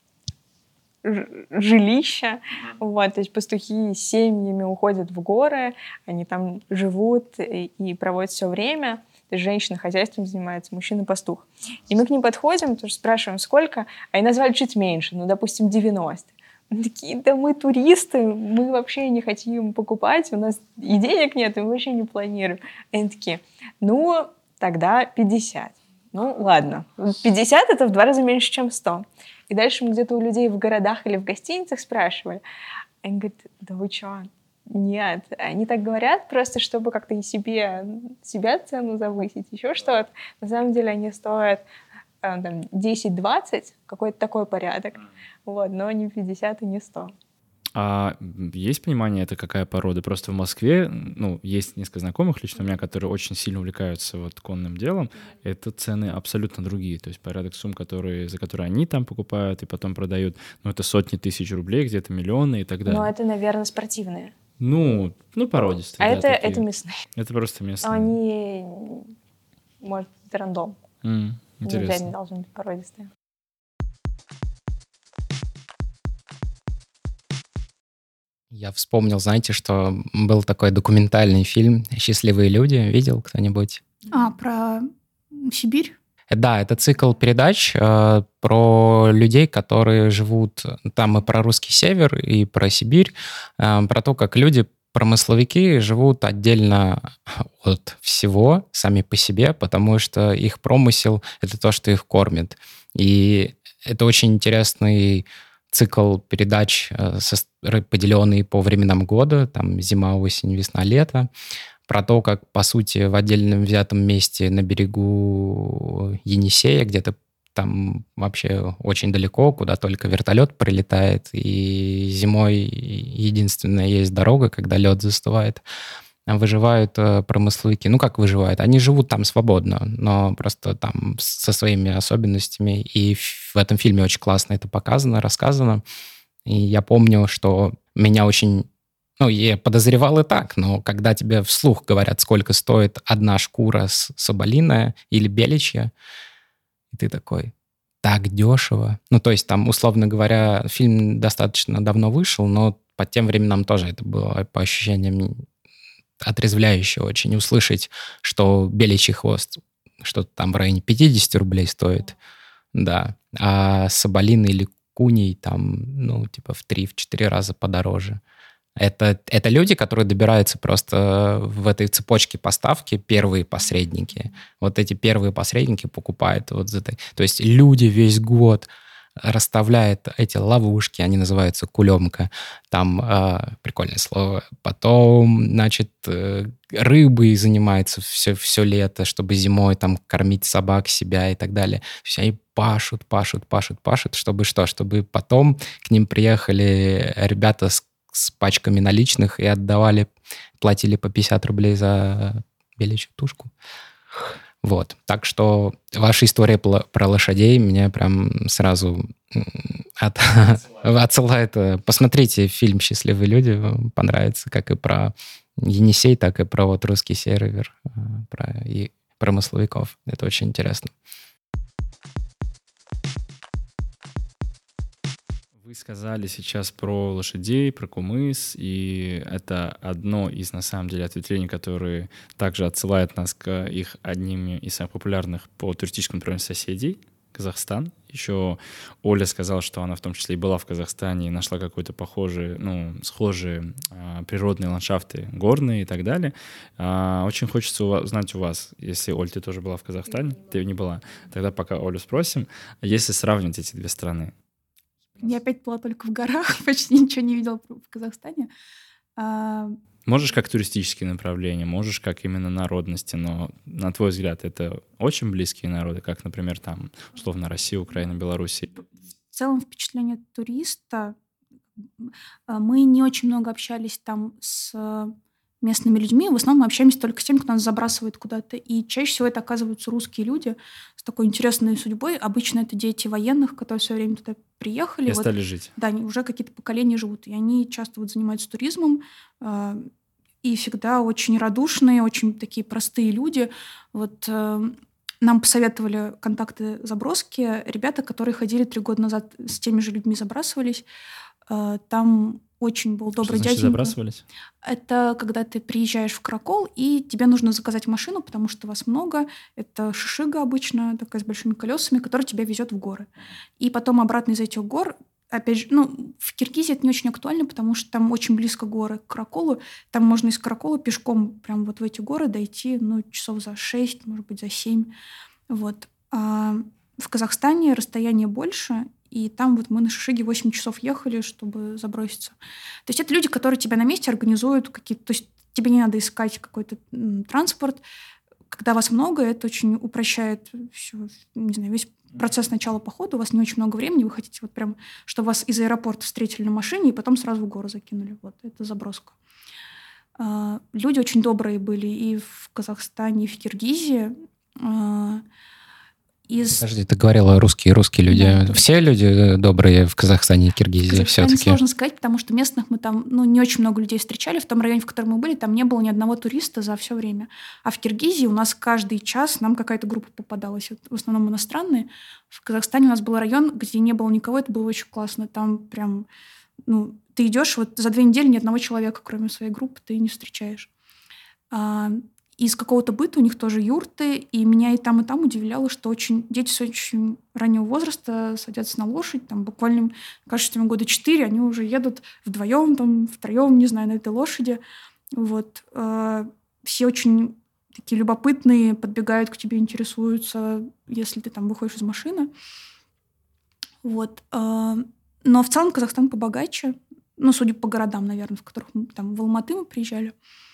жилище. Вот, то есть пастухи с семьями уходят в горы, они там живут и проводят все время. То есть женщина хозяйством занимается, мужчина пастух. И мы к ним подходим, тоже спрашиваем, сколько, а они назвали чуть меньше, допустим, 90. Мы такие, да мы туристы, мы вообще не хотим покупать, у нас и денег нет, и мы вообще не планируем. Они такие, тогда 50. Ладно, 50 — это в 2 раза меньше, чем 100. И дальше мы где-то у людей в городах или в гостиницах спрашивали. Они говорят, да вы чё? Нет, они так говорят просто, чтобы как-то и себя цену завысить, еще что-то. На самом деле они стоят 10-20, какой-то такой порядок, но не 50 и не 100. А есть понимание, это какая порода? Просто в Москве, есть несколько знакомых лично у меня, которые очень сильно увлекаются конным делом. Это цены абсолютно другие. То есть порядок сумм, за которые они там покупают и потом продают, это сотни тысяч рублей, где-то миллионы и так далее. Но это, наверное, спортивные. Породистые. А это мясные. Это просто местные. Они, может, это рандом. Интересно. Не должны быть породистые. Я вспомнил, знаете, что был такой документальный фильм «Счастливые люди». Видел кто-нибудь? Про Сибирь? Да, это цикл передач про людей, которые живут там, и про русский север, и про Сибирь, про то, как люди, промысловики, живут отдельно от всего, сами по себе, потому что их промысел — это то, что их кормит. И это очень интересный цикл передач, поделенный по временам года, там зима, осень, весна, лето, про то, как, по сути, в отдельном взятом месте на берегу Енисея, где-то там вообще очень далеко, куда только вертолет прилетает, и зимой единственная есть дорога, когда лед застывает, выживают промысловики. Как выживают? Они живут там свободно, но просто там со своими особенностями, и в этом фильме очень классно это показано, рассказано. И я помню, что меня очень... я подозревал и так, но когда тебе вслух говорят, сколько стоит одна шкура соболиная или беличья, и ты такой, так дешево. То есть там, условно говоря, фильм достаточно давно вышел, но по тем временам тоже это было, по ощущениям, отрезвляюще очень. Услышать, что беличий хвост что-то там в районе 50 рублей стоит, да, а соболиный или куний там, в 3-4 раза подороже. Это люди, которые добираются просто в этой цепочке поставки, первые посредники. Вот эти первые посредники покупают за это. То есть люди весь год расставляет эти ловушки, они называются кулемка, там прикольное слово. Потом, значит, рыбой занимается все лето, чтобы зимой там кормить собак, себя и так далее. Все они пашут, чтобы что? Чтобы потом к ним приехали ребята с пачками наличных и платили по 50 рублей за беличью тушку. Вот. Так что ваша история про лошадей меня прям сразу отсылает. Посмотрите фильм «Счастливые люди», вам понравится, как и про Енисей, так и про вот русский север, про промысловиков. Это очень интересно. Вы сказали сейчас про лошадей, про кумыс, и это одно из, на самом деле, ответвлений, которые также отсылают нас к их одним из самых популярных по туристическому направлению соседей — Казахстан. Еще Оля сказала, что она в том числе и была в Казахстане и нашла какой-то схожие природные ландшафты, горные и так далее. Очень хочется узнать у вас, если, Оль, ты тоже была в Казахстане, ты не была, тогда пока Олю спросим, если сравнивать эти две страны. Я опять была только в горах, почти ничего не видела в Казахстане. Можешь как туристические направления, можешь как именно народности, но, на твой взгляд, это очень близкие народы, как, например, там, условно, Россия, Украина, Белоруссия? В целом впечатление туриста. Мы не очень много общались там с местными людьми. В основном мы общаемся только с теми, кто нас забрасывает куда-то. И чаще всего это оказываются русские люди с такой интересной судьбой. Обычно это дети военных, которые все время туда приехали. И стали жить. Да, они уже какие-то поколения живут. И они часто занимаются туризмом. И всегда очень радушные, очень такие простые люди. Нам посоветовали контакты заброски. Ребята, которые ходили 3 года назад, с теми же людьми забрасывались. Там очень был добрый дяденька. Что значит забрасывались? Это когда ты приезжаешь в Каракол, и тебе нужно заказать машину, потому что вас много. Это шишига обычно, такая с большими колесами, которая тебя везет в горы. И потом обратно из этих гор, опять же, в Киргизии это не очень актуально, потому что там очень близко горы к Караколу. Там можно из Каракола пешком прямо вот в эти горы дойти, часов за 6, может быть, за 7. Вот. А в Казахстане расстояние больше, и там вот мы на шишиге 8 часов ехали, чтобы заброситься. То есть это люди, которые тебя на месте организуют какие-то... То есть тебе не надо искать какой-то транспорт. Когда вас много, это очень упрощает весь процесс начала похода. У вас не очень много времени, вы хотите вот прям, чтобы вас из аэропорта встретили на машине и потом сразу в горы закинули. Вот, это заброска. Люди очень добрые были и в Казахстане, и в Киргизии. Подожди, ты говорила русские люди. Да. Все люди добрые в Казахстане и Киргизии все-таки? Сложно сказать, потому что местных мы там не очень много людей встречали. В том районе, в котором мы были, там не было ни одного туриста за все время. А в Киргизии у нас каждый час нам какая-то группа попадалась. В основном иностранные. В Казахстане у нас был район, где не было никого. Это было очень классно. Там прям... ты идешь, вот за 2 недели ни одного человека, кроме своей группы, ты не встречаешь. Из какого-то быта у них тоже юрты, и меня и там удивляло, что дети с очень раннего возраста садятся на лошадь, там буквально, кажется, им года 4, они уже едут вдвоем, там, втроем, не знаю, на этой лошади. Вот. Все очень такие любопытные, подбегают к тебе, интересуются, если ты там выходишь из машины. Вот. Но в целом Казахстан побогаче, судя по городам, наверное, в которых там в Алматы мы приезжали.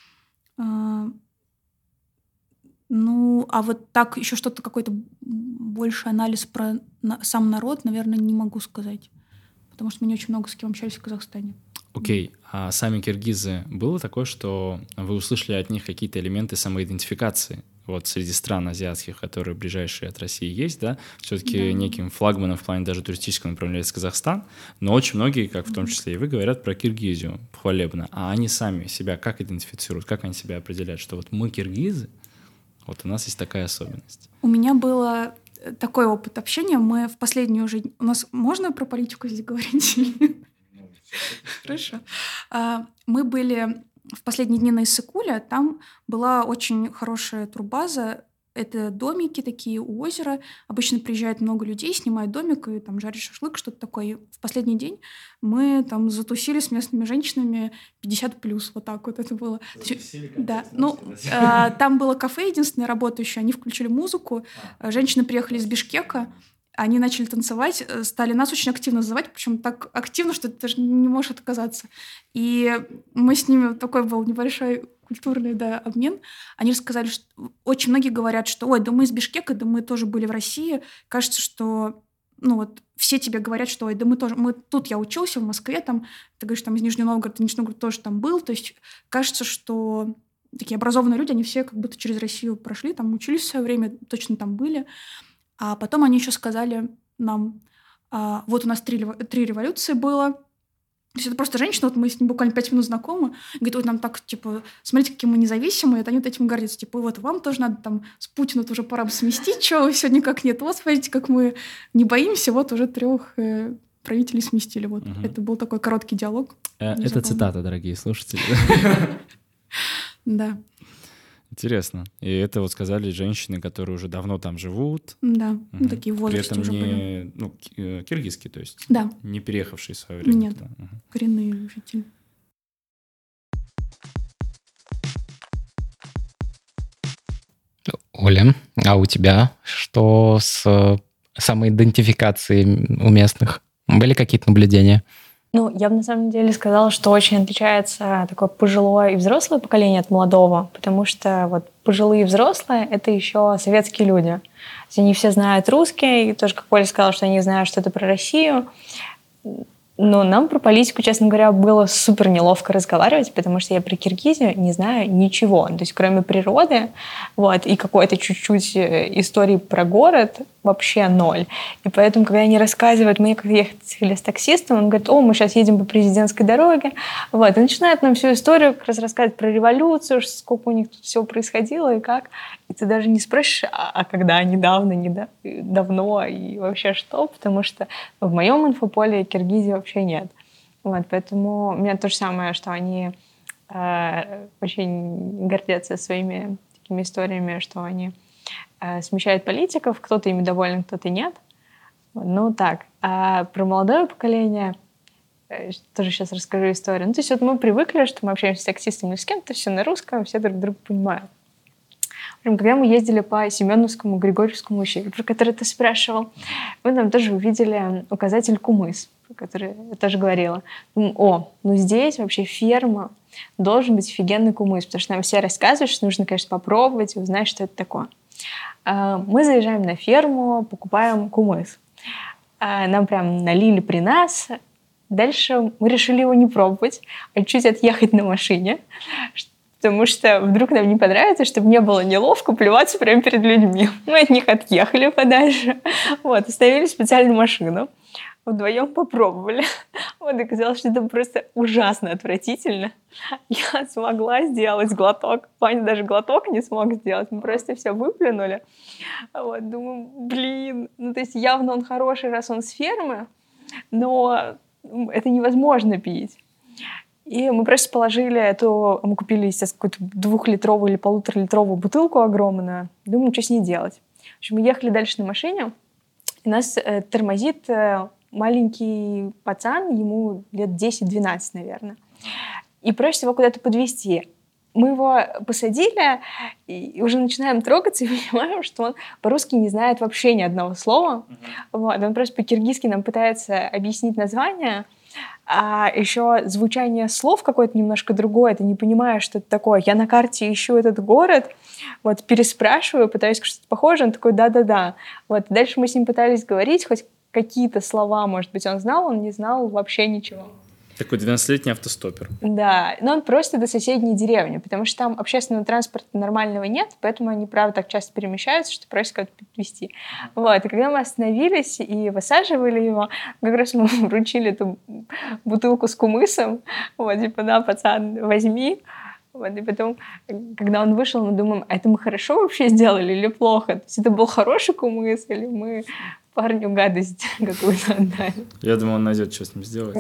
А вот так еще что-то, какой-то больше анализ про сам народ, наверное, не могу сказать. Потому что мы не очень много с кем общались в Казахстане. Окей. А сами киргизы, было такое, что вы услышали от них какие-то элементы самоидентификации? Вот среди стран азиатских, которые ближайшие от России есть, да? Все-таки неким флагманом в плане даже туристического направления является Казахстан, но очень многие, как в том числе и вы, говорят про Киргизию хвалебно. А они сами себя как идентифицируют, как они себя определяют, что вот мы киргизы, вот у нас есть такая особенность. У меня был такой опыт общения. Мы в последнюю уже... У нас можно про политику здесь говорить? Хорошо. Мы были в последние дни на Иссык-Куле. Там была очень хорошая турбаза. Это домики такие у озера. Обычно приезжает много людей, снимают домик и там жарят шашлык, что-то такое. И в последний день мы там затусили с местными женщинами 50+. Вот так вот это было. Да. Там было кафе единственное работающее. Они включили музыку. Женщины приехали из Бишкека. они начали танцевать, стали нас очень активно называть, причем так активно, что ты даже не можешь отказаться. И мы с ними, такой был небольшой культурный, да, обмен. Они рассказали, что очень многие говорят, что ой, да мы из Бишкека, да мы тоже были в России. Кажется, что ну вот все тебе говорят, что ой, да мы тоже, мы тут я учился в Москве, там, ты говоришь, там из Нижнего Новгорода, Нижний Новгород тоже там был. То есть кажется, что такие образованные люди, они все как будто через Россию прошли, там учились в свое время, точно там были. А потом они еще сказали нам, вот у нас 3 революции было. То есть это просто женщина, вот мы с ним буквально 5 минут знакомы, говорит, вот нам так, типа, смотрите, какие мы независимые, это они вот этим гордятся, типа, вот вам тоже надо там с Путина уже пора бы сместить, чего все никак нет. Вот смотрите, как мы не боимся, вот уже 3 правителей сместили. Вот. Это был такой короткий диалог. Это цитата, дорогие слушатели. Да. Интересно. И это вот сказали женщины, которые уже давно там живут. Да, ну, такие в возрасте При этом уже были. не киргизские, то есть Да. не переехавшие в свое время. Нет, коренные жители. Оля, а у тебя что с самоидентификацией у местных? Были какие-то наблюдения? Ну, я бы на самом деле сказала, что очень отличается такое пожилое и взрослое поколение от молодого, потому что вот пожилые и взрослые — это еще советские люди. То есть они все знают русский, и тоже, как Оля сказала, что они знают что-то про Россию. Но нам про политику, честно говоря, было супер неловко разговаривать, потому что я про Киргизию не знаю ничего. То есть кроме природы вот, и какой-то чуть-чуть истории про город вообще ноль. И поэтому, когда они рассказывают, мы когда ехали с таксистом, он говорит, мы сейчас едем по президентской дороге. Вот, и начинает нам всю историю как раз рассказывать про революцию, сколько у них тут всего происходило и как. И ты даже не спросишь, когда, недавно, давно и вообще что, потому что в моем инфополе Киргизии вообще нет. Вот, поэтому у меня то же самое, что они очень гордятся своими такими историями, что они смещают политиков, кто-то ими доволен, кто-то нет. Ну так. А про молодое поколение тоже сейчас расскажу историю. Ну, то есть вот мы привыкли, что мы общаемся с таксистами или с кем-то, все на русском, все друг друга понимают. Когда мы ездили по Семеновскому, Григорьевскому ущелью, про который ты спрашивал, мы там тоже увидели указатель Кумыс, про который я тоже говорила. Ну здесь вообще ферма, должен быть офигенный кумыс, потому что нам все рассказывают, что нужно, конечно, попробовать и узнать, что это такое. Мы заезжаем на ферму, покупаем кумыс. Нам прям налили при нас. Дальше мы решили его не пробовать, а чуть отъехать на машине, потому что вдруг нам не понравится, чтобы не было неловко плеваться прямо перед людьми. Мы от них отъехали подальше, вот, оставили специальную машину. Вдвоем попробовали. Вот, оказалось, что это просто ужасно отвратительно. Я смогла сделать глоток. Ваня даже глоток не смог сделать. Мы просто все выплюнули. Вот, думаю, ну то есть явно он хороший, раз он с фермы, но это невозможно пить. И мы просто положили мы купили, естественно, какую-то 2-литровую или 1,5-литровую бутылку огромную. Думаю, что с ней делать. В общем, мы ехали дальше на машине, и нас тормозит маленький пацан, ему лет 10-12, наверное, и просит его куда-то подвезти. Мы его посадили, и уже начинаем трогаться, и понимаем, что он по-русски не знает вообще ни одного слова. Вот, он просто по-киргизски нам пытается объяснить название, а еще звучание слов какое-то немножко другое, ты не понимаешь, что это такое. Я на карте ищу этот город, вот, переспрашиваю, пытаюсь что-то похожее, он такой, да-да-да. Вот, дальше мы с ним пытались говорить, хоть какие-то слова, может быть, он знал, он не знал вообще ничего. Такой 12-летний автостоппер. Да, но он просто до соседней деревни, потому что там общественного транспорта нормального нет, поэтому они, правда, так часто перемещаются, что просят кого-то подвезти. Вот, и когда мы остановились и высаживали его, как раз мы вручили эту бутылку с кумысом, вот, типа, да, пацан, возьми. Вот, и потом, когда он вышел, мы думаем, а это мы хорошо вообще сделали или плохо? То есть это был хороший кумыс или мы парню гадость какую-то отдали? Я думаю, он найдет, что с ним сделать.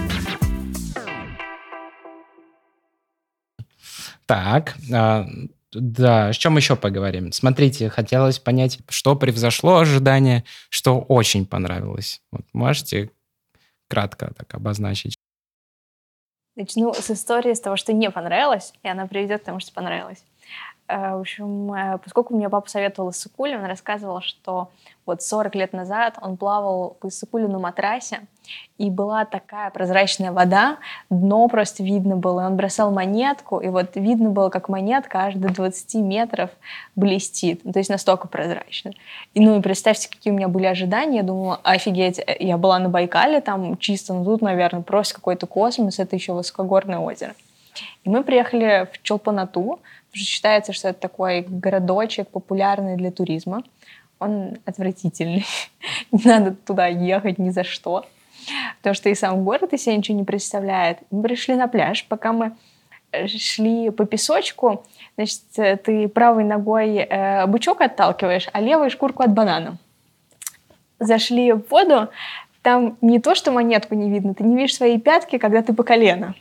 Так, Да, о чем еще поговорим? Смотрите, хотелось понять, что превзошло ожидания, что очень понравилось. Вот можете кратко так обозначить? Начну с истории, с того, что не понравилось, и она приведет к тому, что понравилось. В общем, поскольку мне папа советовал Иссык-Куль, он рассказывал, что вот 40 лет назад он плавал по Иссык-Кулю на матрасе, и была такая прозрачная вода, дно просто видно было, и он бросал монетку, и вот видно было, как монетка аж до 20 метров блестит, то есть настолько прозрачно. И представьте, какие у меня были ожидания, я думала, офигеть, я была на Байкале, там чисто, но тут, наверное, просто какой-то космос, это еще высокогорное озеро. И мы приехали в Чолпан-Ату, потому что считается, что это такой городочек, популярный для туризма. Он отвратительный. Не надо туда ехать ни за что. Потому что и сам город из себя ничего не представляет. Мы пришли на пляж. Пока мы шли по песочку, значит, ты правой ногой бычок отталкиваешь, а левой шкурку от банана. Зашли в воду. Там не то, что монетку не видно, ты не видишь свои пятки, когда ты по колено.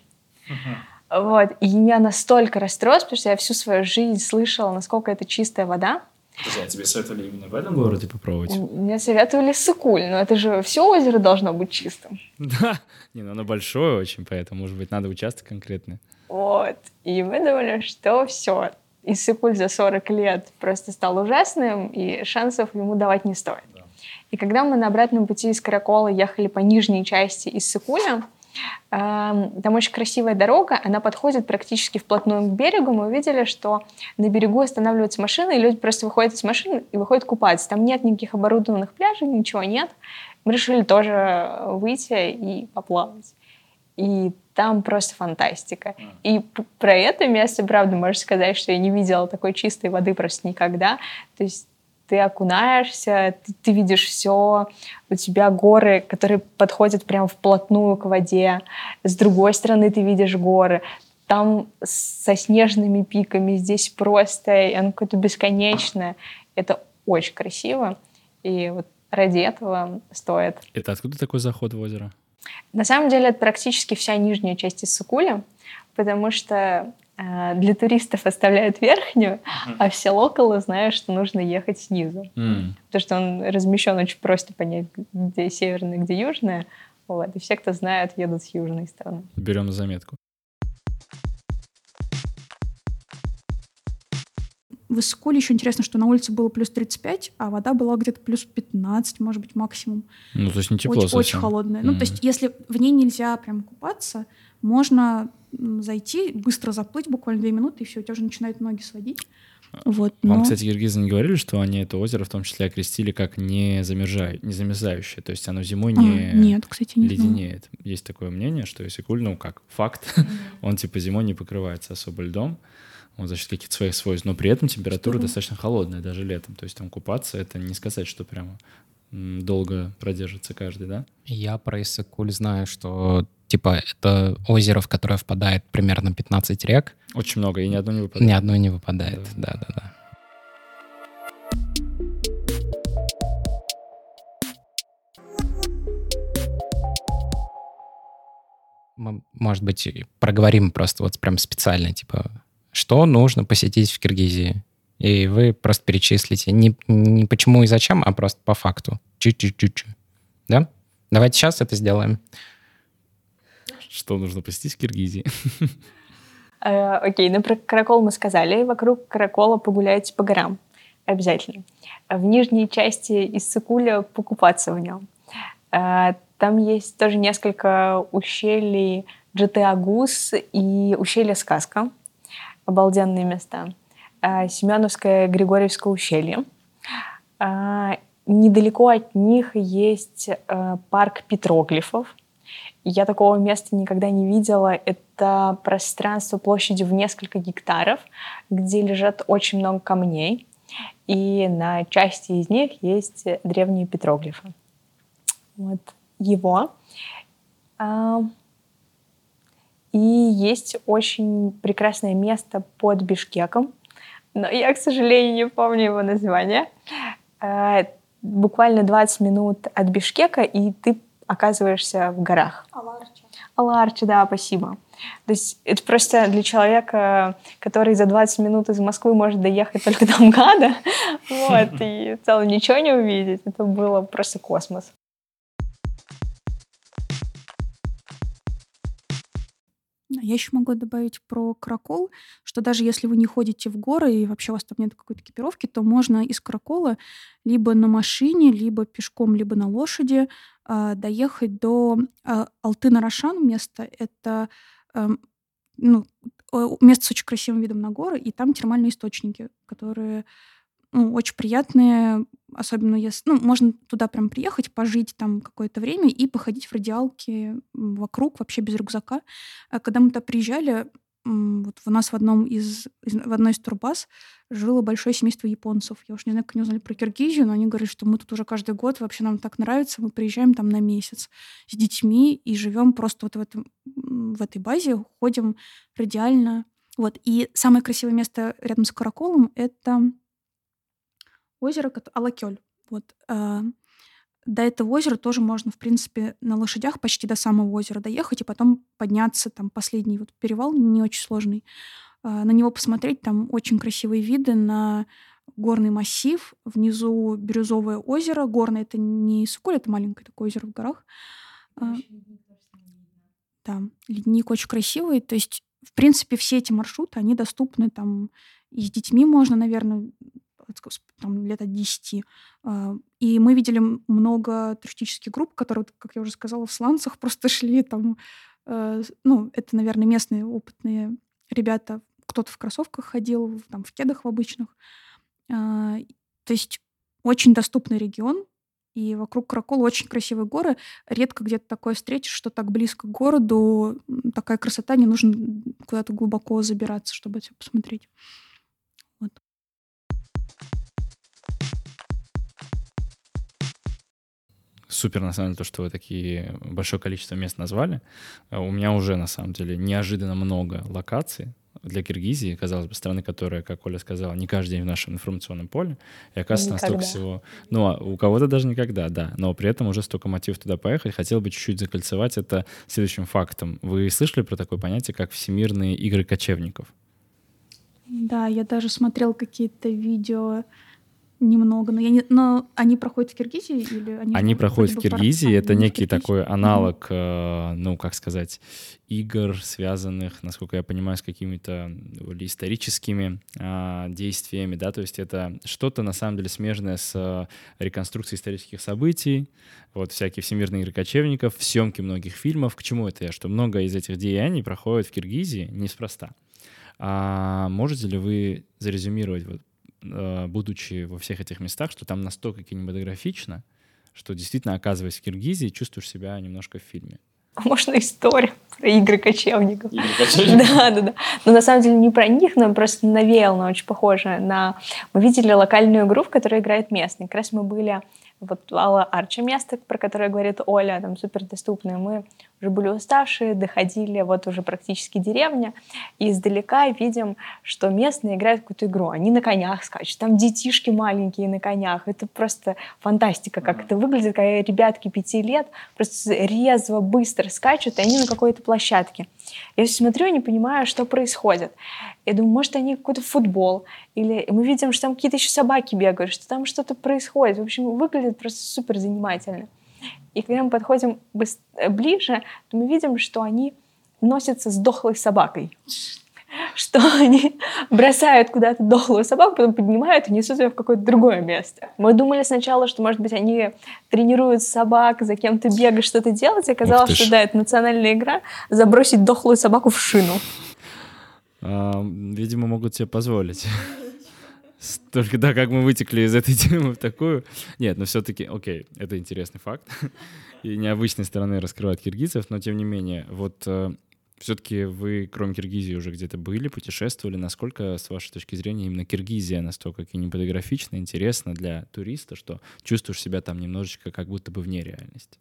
Вот. И меня настолько расстроилось, потому что я всю свою жизнь слышала, насколько это чистая вода. Подожди, а тебе советовали именно в этом городе попробовать? Мне советовали Иссык-Куль, но это же все озеро должно быть чистым. Да, оно большое очень, поэтому, может быть, надо участок конкретный. Вот. И мы думали, что все, Иссык-Куль за 40 лет просто стал ужасным, и шансов ему давать не стоит. Да. И когда мы на обратном пути из Каракола ехали по нижней части Иссык-Куля, там очень красивая дорога, она подходит практически вплотную к берегу. Мы увидели, что на берегу останавливаются машины, и люди просто выходят из машин и выходят купаться. Там нет никаких оборудованных пляжей, ничего нет. Мы решили тоже выйти и поплавать. И там просто фантастика. И про это место, правда, можно сказать, что я не видела такой чистой воды просто никогда. То есть ты окунаешься, ты видишь все, у тебя горы, которые подходят прям вплотную к воде, с другой стороны ты видишь горы, там со снежными пиками, здесь просто, и оно какое-то бесконечное. Это очень красиво, и вот ради этого стоит. Это откуда такой заход в озеро? На самом деле это практически вся нижняя часть Иссык-Куля, потому что для туристов оставляют верхнюю, а все локалы знают, что нужно ехать снизу. Потому что он размещен очень просто понять, где северная, где южная. Вот. И все, кто знают, едут с южной стороны. Берем на заметку. В Иссык-Куле еще интересно, что на улице было плюс 35, а вода была где-то плюс 15, может быть, максимум. Ну, то есть не тепло совсем. Очень холодная. Ну, то есть если в ней нельзя прям купаться, можно зайти, быстро заплыть, буквально 2 минуты, и все, у тебя уже начинают ноги сводить. Вот, Вам, кстати, киргизы не говорили, что они это озеро в том числе окрестили как не замерзающее, то есть оно зимой нет, кстати, не леденеет. Есть такое мнение, что Иссык-Куль, ну как факт, он типа зимой не покрывается особо льдом, вот, за счет каких-то своих свойств, но при этом температура достаточно холодная даже летом, то есть там купаться, это не сказать, что прямо долго продержится каждый, да? Я про Иссык-Куль знаю, что типа это озеро, в которое впадает примерно 15 рек. Очень много, и ни одно не выпадает. Ни одно не выпадает, да. Мы, может быть, проговорим просто вот прям специально, типа, что нужно посетить в Киргизии. И вы просто перечислите не почему и зачем, а просто по факту. Чуть-чуть. Да? Давайте сейчас это сделаем. Что нужно посетить в Киргизии? Окей, про Каракол мы сказали. Вокруг Каракола погуляйте по горам. Обязательно. В нижней части Иссык-Куля покупаться в нем. Там есть тоже несколько ущелий Джете-Агус и ущелье Сказка. Обалденные места. Семеновское Григорьевское ущелье. Недалеко от них есть парк петроглифов. Я такого места никогда не видела. Это пространство площадью в несколько гектаров, где лежат очень много камней. И на части из них есть древние петроглифы. Вот его. И есть очень прекрасное место под Бишкеком, но я, к сожалению, не помню его название. Буквально 20 минут от Бишкека, и ты оказываешься в горах. Алла-Арчи, да, спасибо. То есть это просто для человека, который за 20 минут из Москвы может доехать только до МКАДа, вот, и в целом ничего не увидеть. Это было просто космос. Я еще могу добавить про Каракол, что даже если вы не ходите в горы и вообще у вас там нет какой-то экипировки, то можно из Каракола либо на машине, либо пешком, либо на лошади доехать до Алтын-Арашан место. Это место с очень красивым видом на горы, и там термальные источники, которые очень приятные, особенно если... можно туда прям приехать, пожить там какое-то время и походить в радиалке вокруг, вообще без рюкзака. Когда мы туда приезжали, вот у нас в одной из турбаз жило большое семейство японцев. Я уж не знаю, как они узнали про Киргизию, но они говорят, что мы тут уже каждый год, вообще нам так нравится, мы приезжаем там на месяц с детьми и живем просто вот в этой базе, ходим радиально. Вот. И самое красивое место рядом с Караколом — это озеро Алакёль. Вот. До этого озера тоже можно, в принципе, на лошадях почти до самого озера доехать и потом подняться, там последний вот перевал, не очень сложный, на него посмотреть. Там очень красивые виды на горный массив. Внизу бирюзовое озеро. Горное — это не Соколь, это маленькое такое озеро в горах. Да, ледник очень красивый. То есть, в принципе, все эти маршруты, они доступны там и с детьми можно, наверное, там, лет от 10. И мы видели много туристических групп, которые, как я уже сказала, в сланцах просто шли там. Это, наверное, местные опытные ребята. Кто-то в кроссовках ходил, там, в кедах в обычных. То есть очень доступный регион. И вокруг Каракола очень красивые горы. Редко где-то такое встретишь, что так близко к городу. Такая красота, не нужно куда-то глубоко забираться, чтобы это посмотреть. Вот. Супер, на самом деле, то, что вы такие большое количество мест назвали. У меня уже, на самом деле, неожиданно много локаций для Киргизии, казалось бы, страны, которая, как Оля сказала, не каждый день в нашем информационном поле. И оказывается, Никогда. настолько всего... А у кого-то даже никогда, да. Но при этом уже столько мотивов туда поехать. Хотел бы чуть-чуть закольцевать это следующим фактом. Вы слышали про такое понятие, как Всемирные игры кочевников? Да, я даже смотрел какие-то видео немного, но они проходят в Киргизии или они проходят в Киргизии, это некий такой аналог, как сказать, игр, связанных, насколько я понимаю, с какими-то историческими действиями, да, то есть это что-то на самом деле смежное с реконструкцией исторических событий, вот всякие всемирные игры кочевников, съемки многих фильмов. К чему это я? Что много из этих деяний проходит в Киргизии неспроста. Можете ли вы зарезюмировать, будучи во всех этих местах, что там настолько кинематографично, что действительно, оказываясь в Киргизии, чувствуешь себя немножко в фильме? Можно историю про игры кочевников. Да. Но на самом деле не про них, но просто навеял, но очень похоже на... Мы видели локальную игру, в которой играет местный. Как раз мы были... Вот Алла-Арчи место, про которое говорит Оля, там супердоступное. Мы уже были уставшие, доходили, вот уже практически деревня, и издалека видим, что местные играют в какую-то игру. Они на конях скачут, там детишки маленькие на конях. Это просто фантастика, как это выглядит, когда ребятки 5 лет просто резво, быстро скачут, и они на какой-то площадке. Я смотрю и не понимаю, что происходит. Я думаю, может, они какой-то футбол. Или мы видим, что там какие-то еще собаки бегают, что там что-то происходит. В общем, выглядит просто супер занимательно. И когда мы подходим ближе, то мы видим, что они носятся с дохлой собакой. Что они бросают куда-то дохлую собаку, потом поднимают и несут ее в какое-то другое место. Мы думали сначала, что, может быть, они тренируют собак, за кем-то бегать, что-то делать. И оказалось, что да, это национальная игра — забросить дохлую собаку в шину. Видимо, могут себе позволить. Только да, как мы вытекли из этой темы в такую. Нет, но все-таки, окей, это интересный факт. И необычной стороны раскрывают киргизов, но тем не менее, вот все-таки вы, кроме Киргизии, уже где-то были, путешествовали. Насколько, с вашей точки зрения, именно Киргизия настолько кинематографична, интересна для туриста, что чувствуешь себя там немножечко как будто бы вне реальности?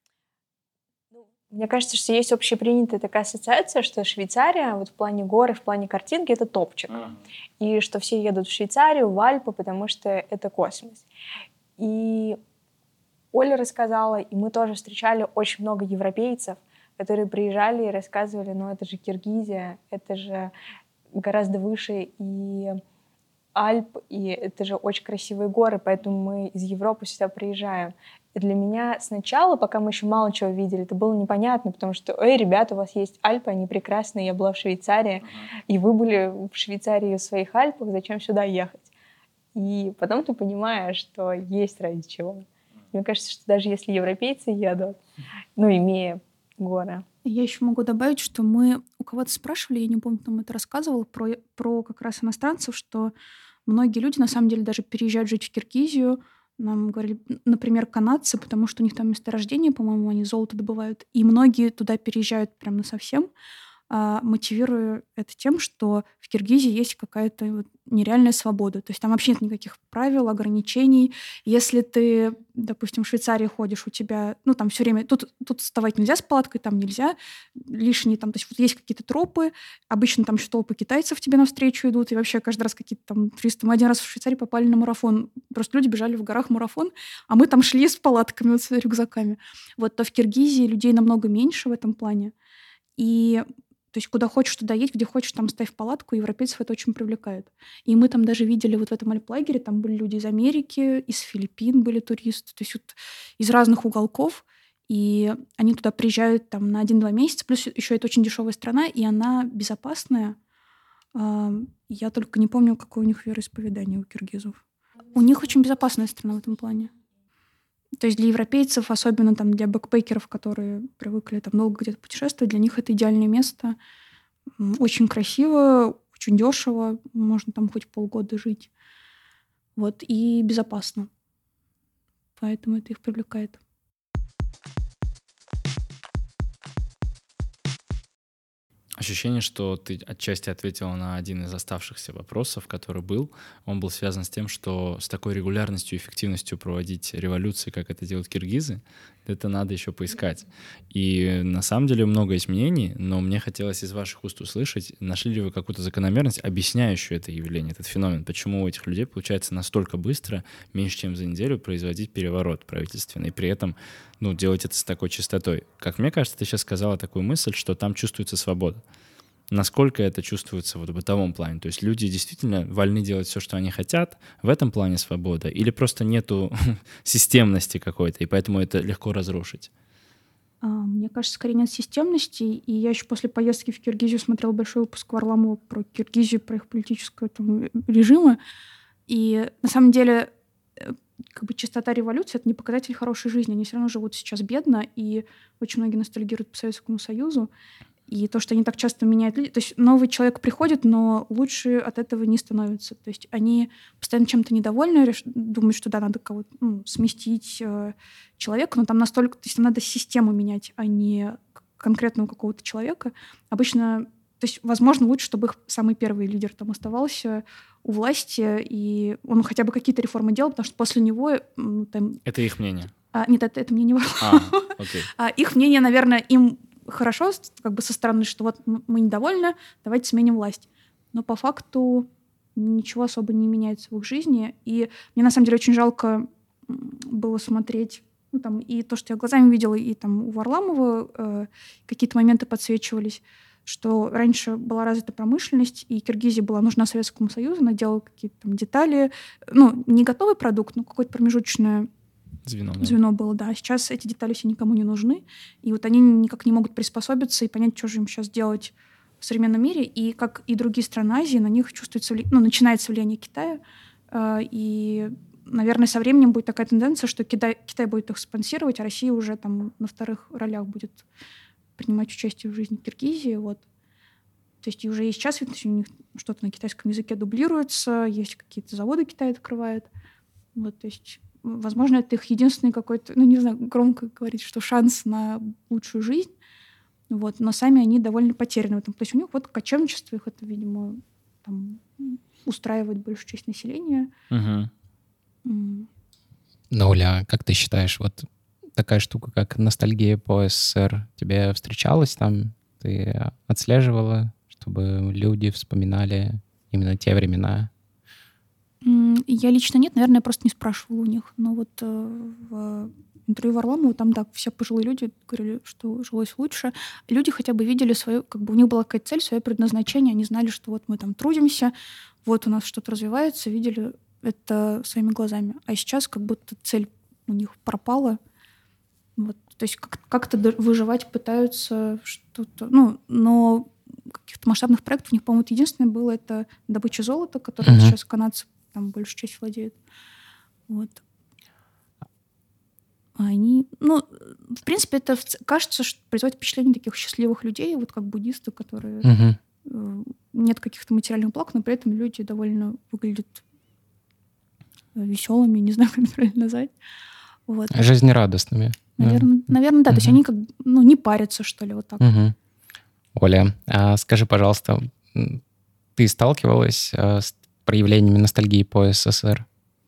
Мне кажется, что есть общепринятая такая ассоциация, что Швейцария вот в плане гор и в плане картинки — это топчик. И что все едут в Швейцарию, в Альпы, потому что это космос. И Оля рассказала, и мы тоже встречали очень много европейцев, которые приезжали и рассказывали, ну это же Киргизия, это же гораздо выше и Альп, и это же очень красивые горы, поэтому мы из Европы сюда приезжаем. И для меня сначала, пока мы еще мало чего видели, это было непонятно, потому что, ребята, у вас есть Альпы, они прекрасные, я была в Швейцарии, и вы были в Швейцарии в своих Альпах, зачем сюда ехать? И потом ты понимаешь, что есть ради чего. Мне кажется, что даже если европейцы едут, ну, имея горы. Я еще могу добавить, что мы у кого-то спрашивали, я не помню, кто нам это рассказывал, про как раз иностранцев, что многие люди на самом деле даже переезжают жить в Киргизию. Нам говорили, например, канадцы, потому что у них там месторождение, по-моему, они золото добывают. И многие туда переезжают прям насовсем, мотивируя это тем, что в Киргизии есть какая-то вот нереальная свобода. То есть там вообще нет никаких правил, ограничений. Если ты, допустим, в Швейцарии ходишь, у тебя, ну, там все время... Тут вставать нельзя с палаткой, там нельзя. Лишние там... То есть вот есть какие-то тропы. Обычно там еще толпы китайцев тебе навстречу идут. И вообще каждый раз какие-то там туристы. Мы один раз в Швейцарии попали на марафон. Просто люди бежали в горах марафон, а мы там шли с палатками, вот с рюкзаками. Вот, то в Киргизии людей намного меньше в этом плане. И то есть куда хочешь, туда едь, где хочешь, там ставь палатку, европейцев это очень привлекает. И мы там даже видели вот в этом альплагере, там были люди из Америки, из Филиппин были туристы, то есть вот из разных уголков, и они туда приезжают там на 1-2 месяца, плюс еще это очень дешевая страна, и она безопасная. Я только не помню, какое у них вероисповедание у киргизов. У них очень безопасная страна в этом плане. То есть для европейцев, особенно там для бэкпекеров, которые привыкли там долго где-то путешествовать, для них это идеальное место. Очень красиво, очень дешево, можно там хоть полгода жить. Вот, и безопасно. Поэтому это их привлекает. Ощущение, что ты отчасти ответила на один из оставшихся вопросов, который был. Он был связан с тем, что с такой регулярностью и эффективностью проводить революции, как это делают киргизы, это надо еще поискать. И на самом деле много есть мнений, но мне хотелось из ваших уст услышать, нашли ли вы какую-то закономерность, объясняющую это явление, этот феномен, почему у этих людей получается настолько быстро, меньше чем за неделю, производить переворот правительственный, и при этом делать это с такой частотой. Как мне кажется, ты сейчас сказала такую мысль, что там чувствуется свобода. Насколько это чувствуется в бытовом плане? То есть люди действительно вольны делать все, что они хотят, в этом плане свобода, или просто нету системности какой-то, и поэтому это легко разрушить? Мне кажется, скорее нет системности. И я еще после поездки в Киргизию смотрела большой выпуск Варламова про Киргизию, про их политический режим. И на самом деле частота революции — это не показатель хорошей жизни. Они все равно живут сейчас бедно, и очень многие ностальгируют по Советскому Союзу. И то, что они так часто меняют людей... То есть новый человек приходит, но лучше от этого не становится. То есть они постоянно чем-то недовольны, думают, что да, надо кого-то сместить человека, но там настолько... То есть надо систему менять, а не конкретного какого-то человека. Обычно... То есть, возможно, лучше, чтобы их самый первый лидер там оставался у власти, и он хотя бы какие-то реформы делал, потому что после него... Это их мнение? Нет, это мне не важно. Их мнение, наверное, им хорошо со стороны, что вот мы недовольны, давайте сменим власть. Но по факту ничего особо не меняется в их жизни. И мне, на самом деле, очень жалко было смотреть и то, что я глазами видела, и там у Варламова какие-то моменты подсвечивались, что раньше была развита промышленность, и Киргизия была нужна Советскому Союзу, она делала какие-то там детали, не готовый продукт, но какое-то промежуточное звено было, да. Сейчас эти детали все никому не нужны, и вот они никак не могут приспособиться и понять, что же им сейчас делать в современном мире, и как и другие страны Азии, на них чувствуется, начинается влияние Китая, и, наверное, со временем будет такая тенденция, что Китай будет их спонсировать, а Россия уже там на вторых ролях будет принимать участие в жизни Киргизии, вот. То есть и уже и сейчас у них что-то на китайском языке дублируется, есть какие-то заводы Китай открывает, вот, то есть, возможно, это их единственный какой-то, не знаю, громко говорить, что шанс на лучшую жизнь, вот, но сами они довольно потеряны в этом. То есть у них кочевничество, их это, видимо, там, устраивает большую часть населения. Ну, Оля, как ты считаешь, такая штука, как ностальгия по СССР, тебе встречалась там? Ты отслеживала, чтобы люди вспоминали именно те времена? Я лично нет, наверное, я просто не спрашивала у них. Но в интервью Варламову, там, да, все пожилые люди говорили, что жилось лучше. Люди хотя бы видели свою, как бы у них была какая-то цель, свое предназначение, они знали, что вот мы там трудимся, вот у нас что-то развивается, видели это своими глазами. А сейчас как будто цель у них пропала. Вот. То есть как-то выживать пытаются что-то... Ну, но каких-то масштабных проектов у них, по-моему, единственное было это добыча золота, которым сейчас канадцы там большую часть владеют. Вот. Они... Ну, в принципе, это кажется, что производит впечатление таких счастливых людей, вот как буддисты, которые... Нет каких-то материальных благ, но при этом люди довольно выглядят веселыми, не знаю, как это правильно назвать. Вот. Жизнерадостными. Наверное, да. То есть они как не парятся, что ли, вот так. Оля, скажи, пожалуйста, ты сталкивалась с проявлениями ностальгии по СССР?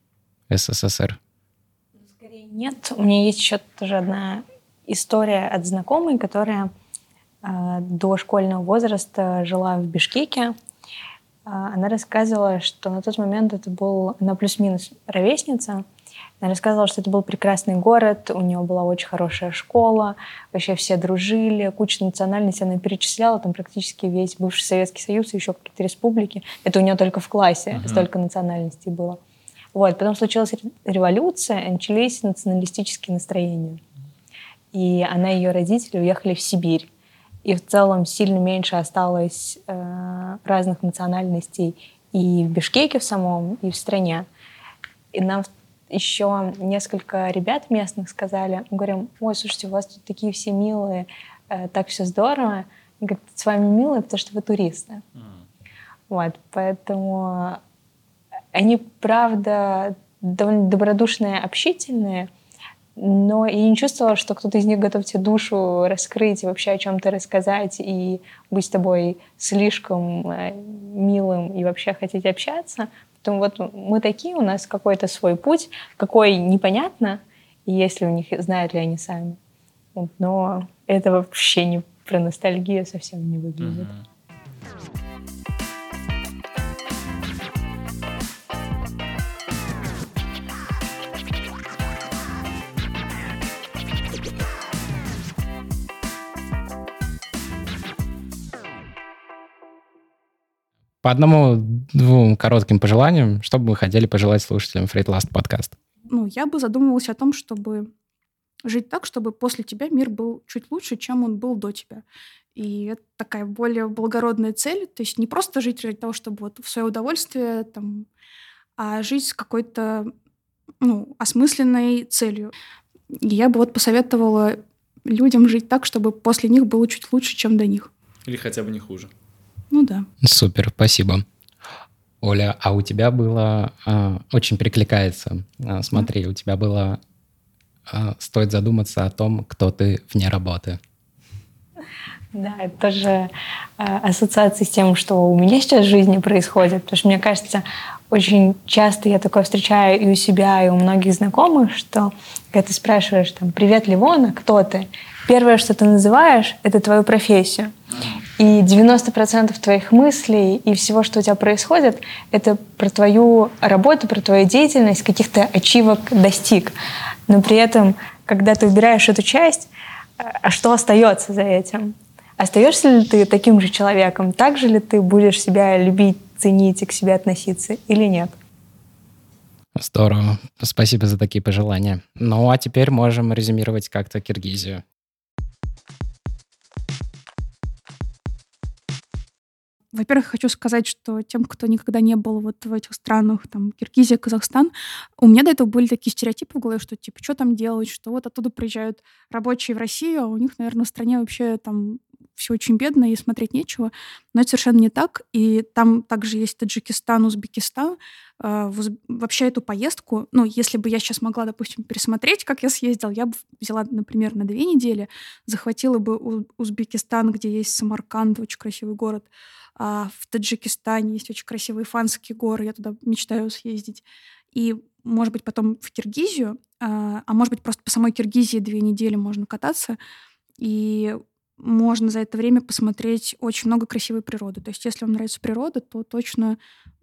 Скорее нет. У меня есть еще тоже одна история от знакомой, которая до школьного возраста жила в Бишкеке. Она рассказывала, что на тот момент это был... Она плюс-минус ровесница. Она рассказывала, что это был прекрасный город, у нее была очень хорошая школа, вообще все дружили, куча национальностей она перечисляла, там практически весь бывший Советский Союз и еще какие-то республики. Это у нее только в классе столько национальностей было. Вот. Потом случилась революция, начались националистические настроения. И она и ее родители уехали в Сибирь. И в целом сильно меньше осталось разных национальностей и в Бишкеке в самом, и в стране. И нам еще несколько ребят местных сказали, мы говорим: ой, слушайте, у вас тут такие все милые, так все здорово. Они говорят: с вами милые, потому что вы туристы. Вот, поэтому они, правда, довольно добродушные, общительные, но я не чувствовала, что кто-то из них готов тебе душу раскрыть, вообще о чем-то рассказать и быть с тобой слишком милым и вообще хотеть общаться. Поэтому вот мы такие, у нас какой-то свой путь, какой непонятно, и если у них, знают ли они сами. Вот, но это вообще не про ностальгию совсем не выглядит. По одному-двум коротким пожеланиям, что бы вы хотели пожелать слушателям Freight Last подкаста? Ну, я бы задумывалась о том, чтобы жить так, чтобы после тебя мир был чуть лучше, чем он был до тебя. И это такая более благородная цель. То есть не просто жить ради того, чтобы вот в свое удовольствие, там, а жить с какой-то осмысленной целью. И я бы вот посоветовала людям жить так, чтобы после них было чуть лучше, чем до них. Или хотя бы не хуже. Ну да. Супер, спасибо. Оля, а у тебя было... очень перекликается. Смотри, у тебя было... стоит задуматься о том, кто ты вне работы. Да, это тоже ассоциация с тем, что у меня сейчас в жизни происходит. Потому что, мне кажется, очень часто я такое встречаю и у себя, и у многих знакомых, что когда ты спрашиваешь, там, «Привет, Ливона, кто ты?», первое, что ты называешь, это твою профессию. И 90% твоих мыслей и всего, что у тебя происходит, это про твою работу, про твою деятельность, каких-то ачивок достиг. Но при этом, когда ты убираешь эту часть, а что остается за этим? Остаешься ли ты таким же человеком? Так же ли ты будешь себя любить, ценить и к себе относиться или нет? Здорово. Спасибо за такие пожелания. Ну, а теперь можем резюмировать как-то Киргизию. Во-первых, хочу сказать, что тем, кто никогда не был вот в этих странах, там, Киргизия, Казахстан, у меня до этого были такие стереотипы в голове, что, типа, что там делать, что вот оттуда приезжают рабочие в Россию, а у них, наверное, в стране вообще там все очень бедно и смотреть нечего. Но это совершенно не так. И там также есть Таджикистан, Узбекистан. Вообще эту поездку, если бы я сейчас могла, допустим, пересмотреть, как я съездила, я бы взяла, например, на 2 недели, захватила бы Узбекистан, где есть Самарканд, очень красивый город. В Таджикистане есть очень красивые Фанские горы, я туда мечтаю съездить. И, может быть, потом в Киргизию, а может быть, просто по самой Киргизии 2 недели можно кататься, и можно за это время посмотреть очень много красивой природы. То есть если вам нравится природа, то точно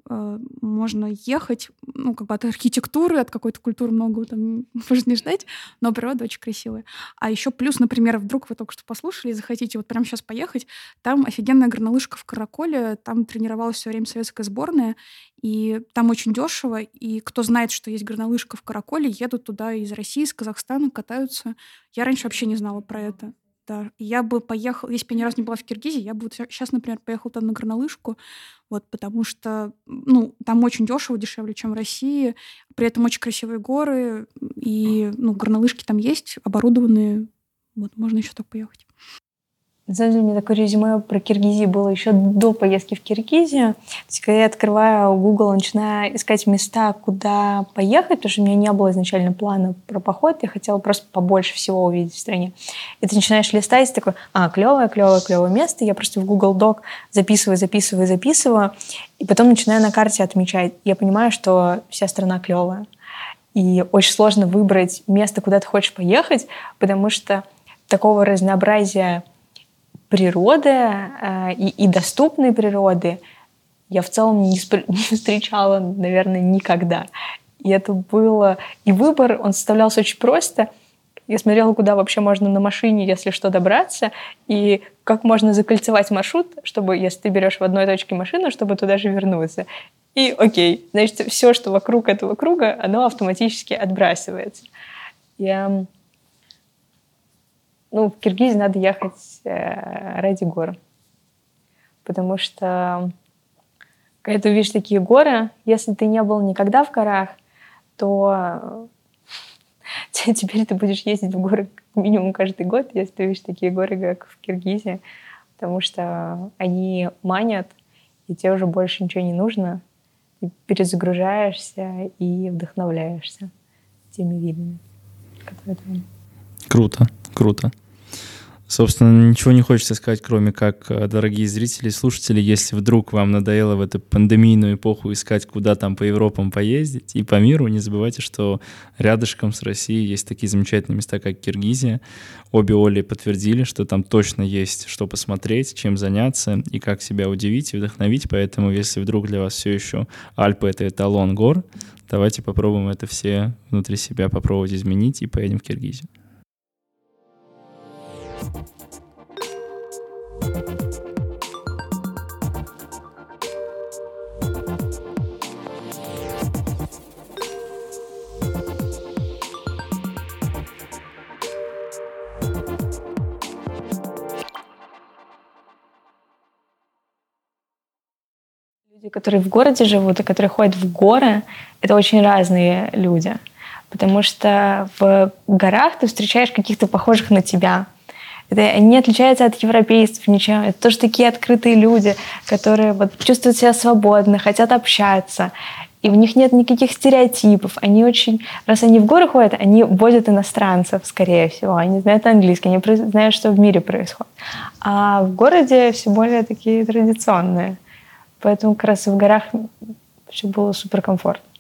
можно ехать, ну, как бы от архитектуры, от какой-то культуры много там можно не ждать, но природа очень красивая. А еще плюс, например, вдруг вы только что послушали и захотите вот прямо сейчас поехать, там офигенная горнолыжка в Караколе, там тренировалась все время советская сборная, и там очень дешево, и кто знает, что есть горнолыжка в Караколе, едут туда из России, из Казахстана, катаются. Я раньше вообще не знала про это. Да, и я бы поехала, если бы я ни разу не была в Киргизии, я бы вот сейчас, например, поехала там на горнолыжку, вот, потому что, ну, там очень дешево, дешевле, чем в России, при этом очень красивые горы, и, ну, горнолыжки там есть, оборудованные, вот, можно еще так поехать. На самом деле, у меня такое резюме про Киргизию было еще до поездки в Киргизию. То есть, когда я открываю Google, начинаю искать места, куда поехать, потому что у меня не было изначально плана про поход, я хотела просто побольше всего увидеть в стране. И ты начинаешь листать, и такой, клевое место. Я просто в Google Doc записываю, и потом начинаю на карте отмечать. Я понимаю, что вся страна клевая. И очень сложно выбрать место, куда ты хочешь поехать, потому что такого разнообразия природы и доступной природы я в целом не встречала, наверное, никогда. И это было... И выбор, он составлялся очень просто. Я смотрела, куда вообще можно на машине, если что, добраться, и как можно закольцевать маршрут, чтобы, если ты берешь в одной точке машину, чтобы туда же вернуться. И окей, значит, все, что вокруг этого круга, оно автоматически отбрасывается. В Киргизию надо ехать ради гор. Потому что, когда ты увидишь такие горы, если ты не был никогда в горах, то теперь ты будешь ездить в горы минимум каждый год, если ты увидишь такие горы, как в Киргизии. Потому что они манят, и тебе уже больше ничего не нужно. Ты перезагружаешься и вдохновляешься теми видами, которые там. Круто. Собственно, ничего не хочется сказать, кроме как, дорогие зрители и слушатели, если вдруг вам надоело в эту пандемийную эпоху искать, куда там по Европам поездить и по миру, не забывайте, что рядышком с Россией есть такие замечательные места, как Киргизия. Обе Оли подтвердили, что там точно есть что посмотреть, чем заняться и как себя удивить и вдохновить. Поэтому, если вдруг для вас все еще Альпы — это эталон гор, давайте попробуем это все внутри себя попробовать изменить и поедем в Киргизию. Люди, которые в городе живут и которые ходят в горы, это очень разные люди. Потому что в горах ты встречаешь каких-то похожих на тебя. Это не отличается от европейцев ничем. Это тоже такие открытые люди, которые чувствуют себя свободно, хотят общаться. И у них нет никаких стереотипов. Они раз они в горы ходят, они возят иностранцев, скорее всего. Они знают английский, они знают, что в мире происходит. А в городе все более такие традиционные. Поэтому как раз в горах все было суперкомфортно.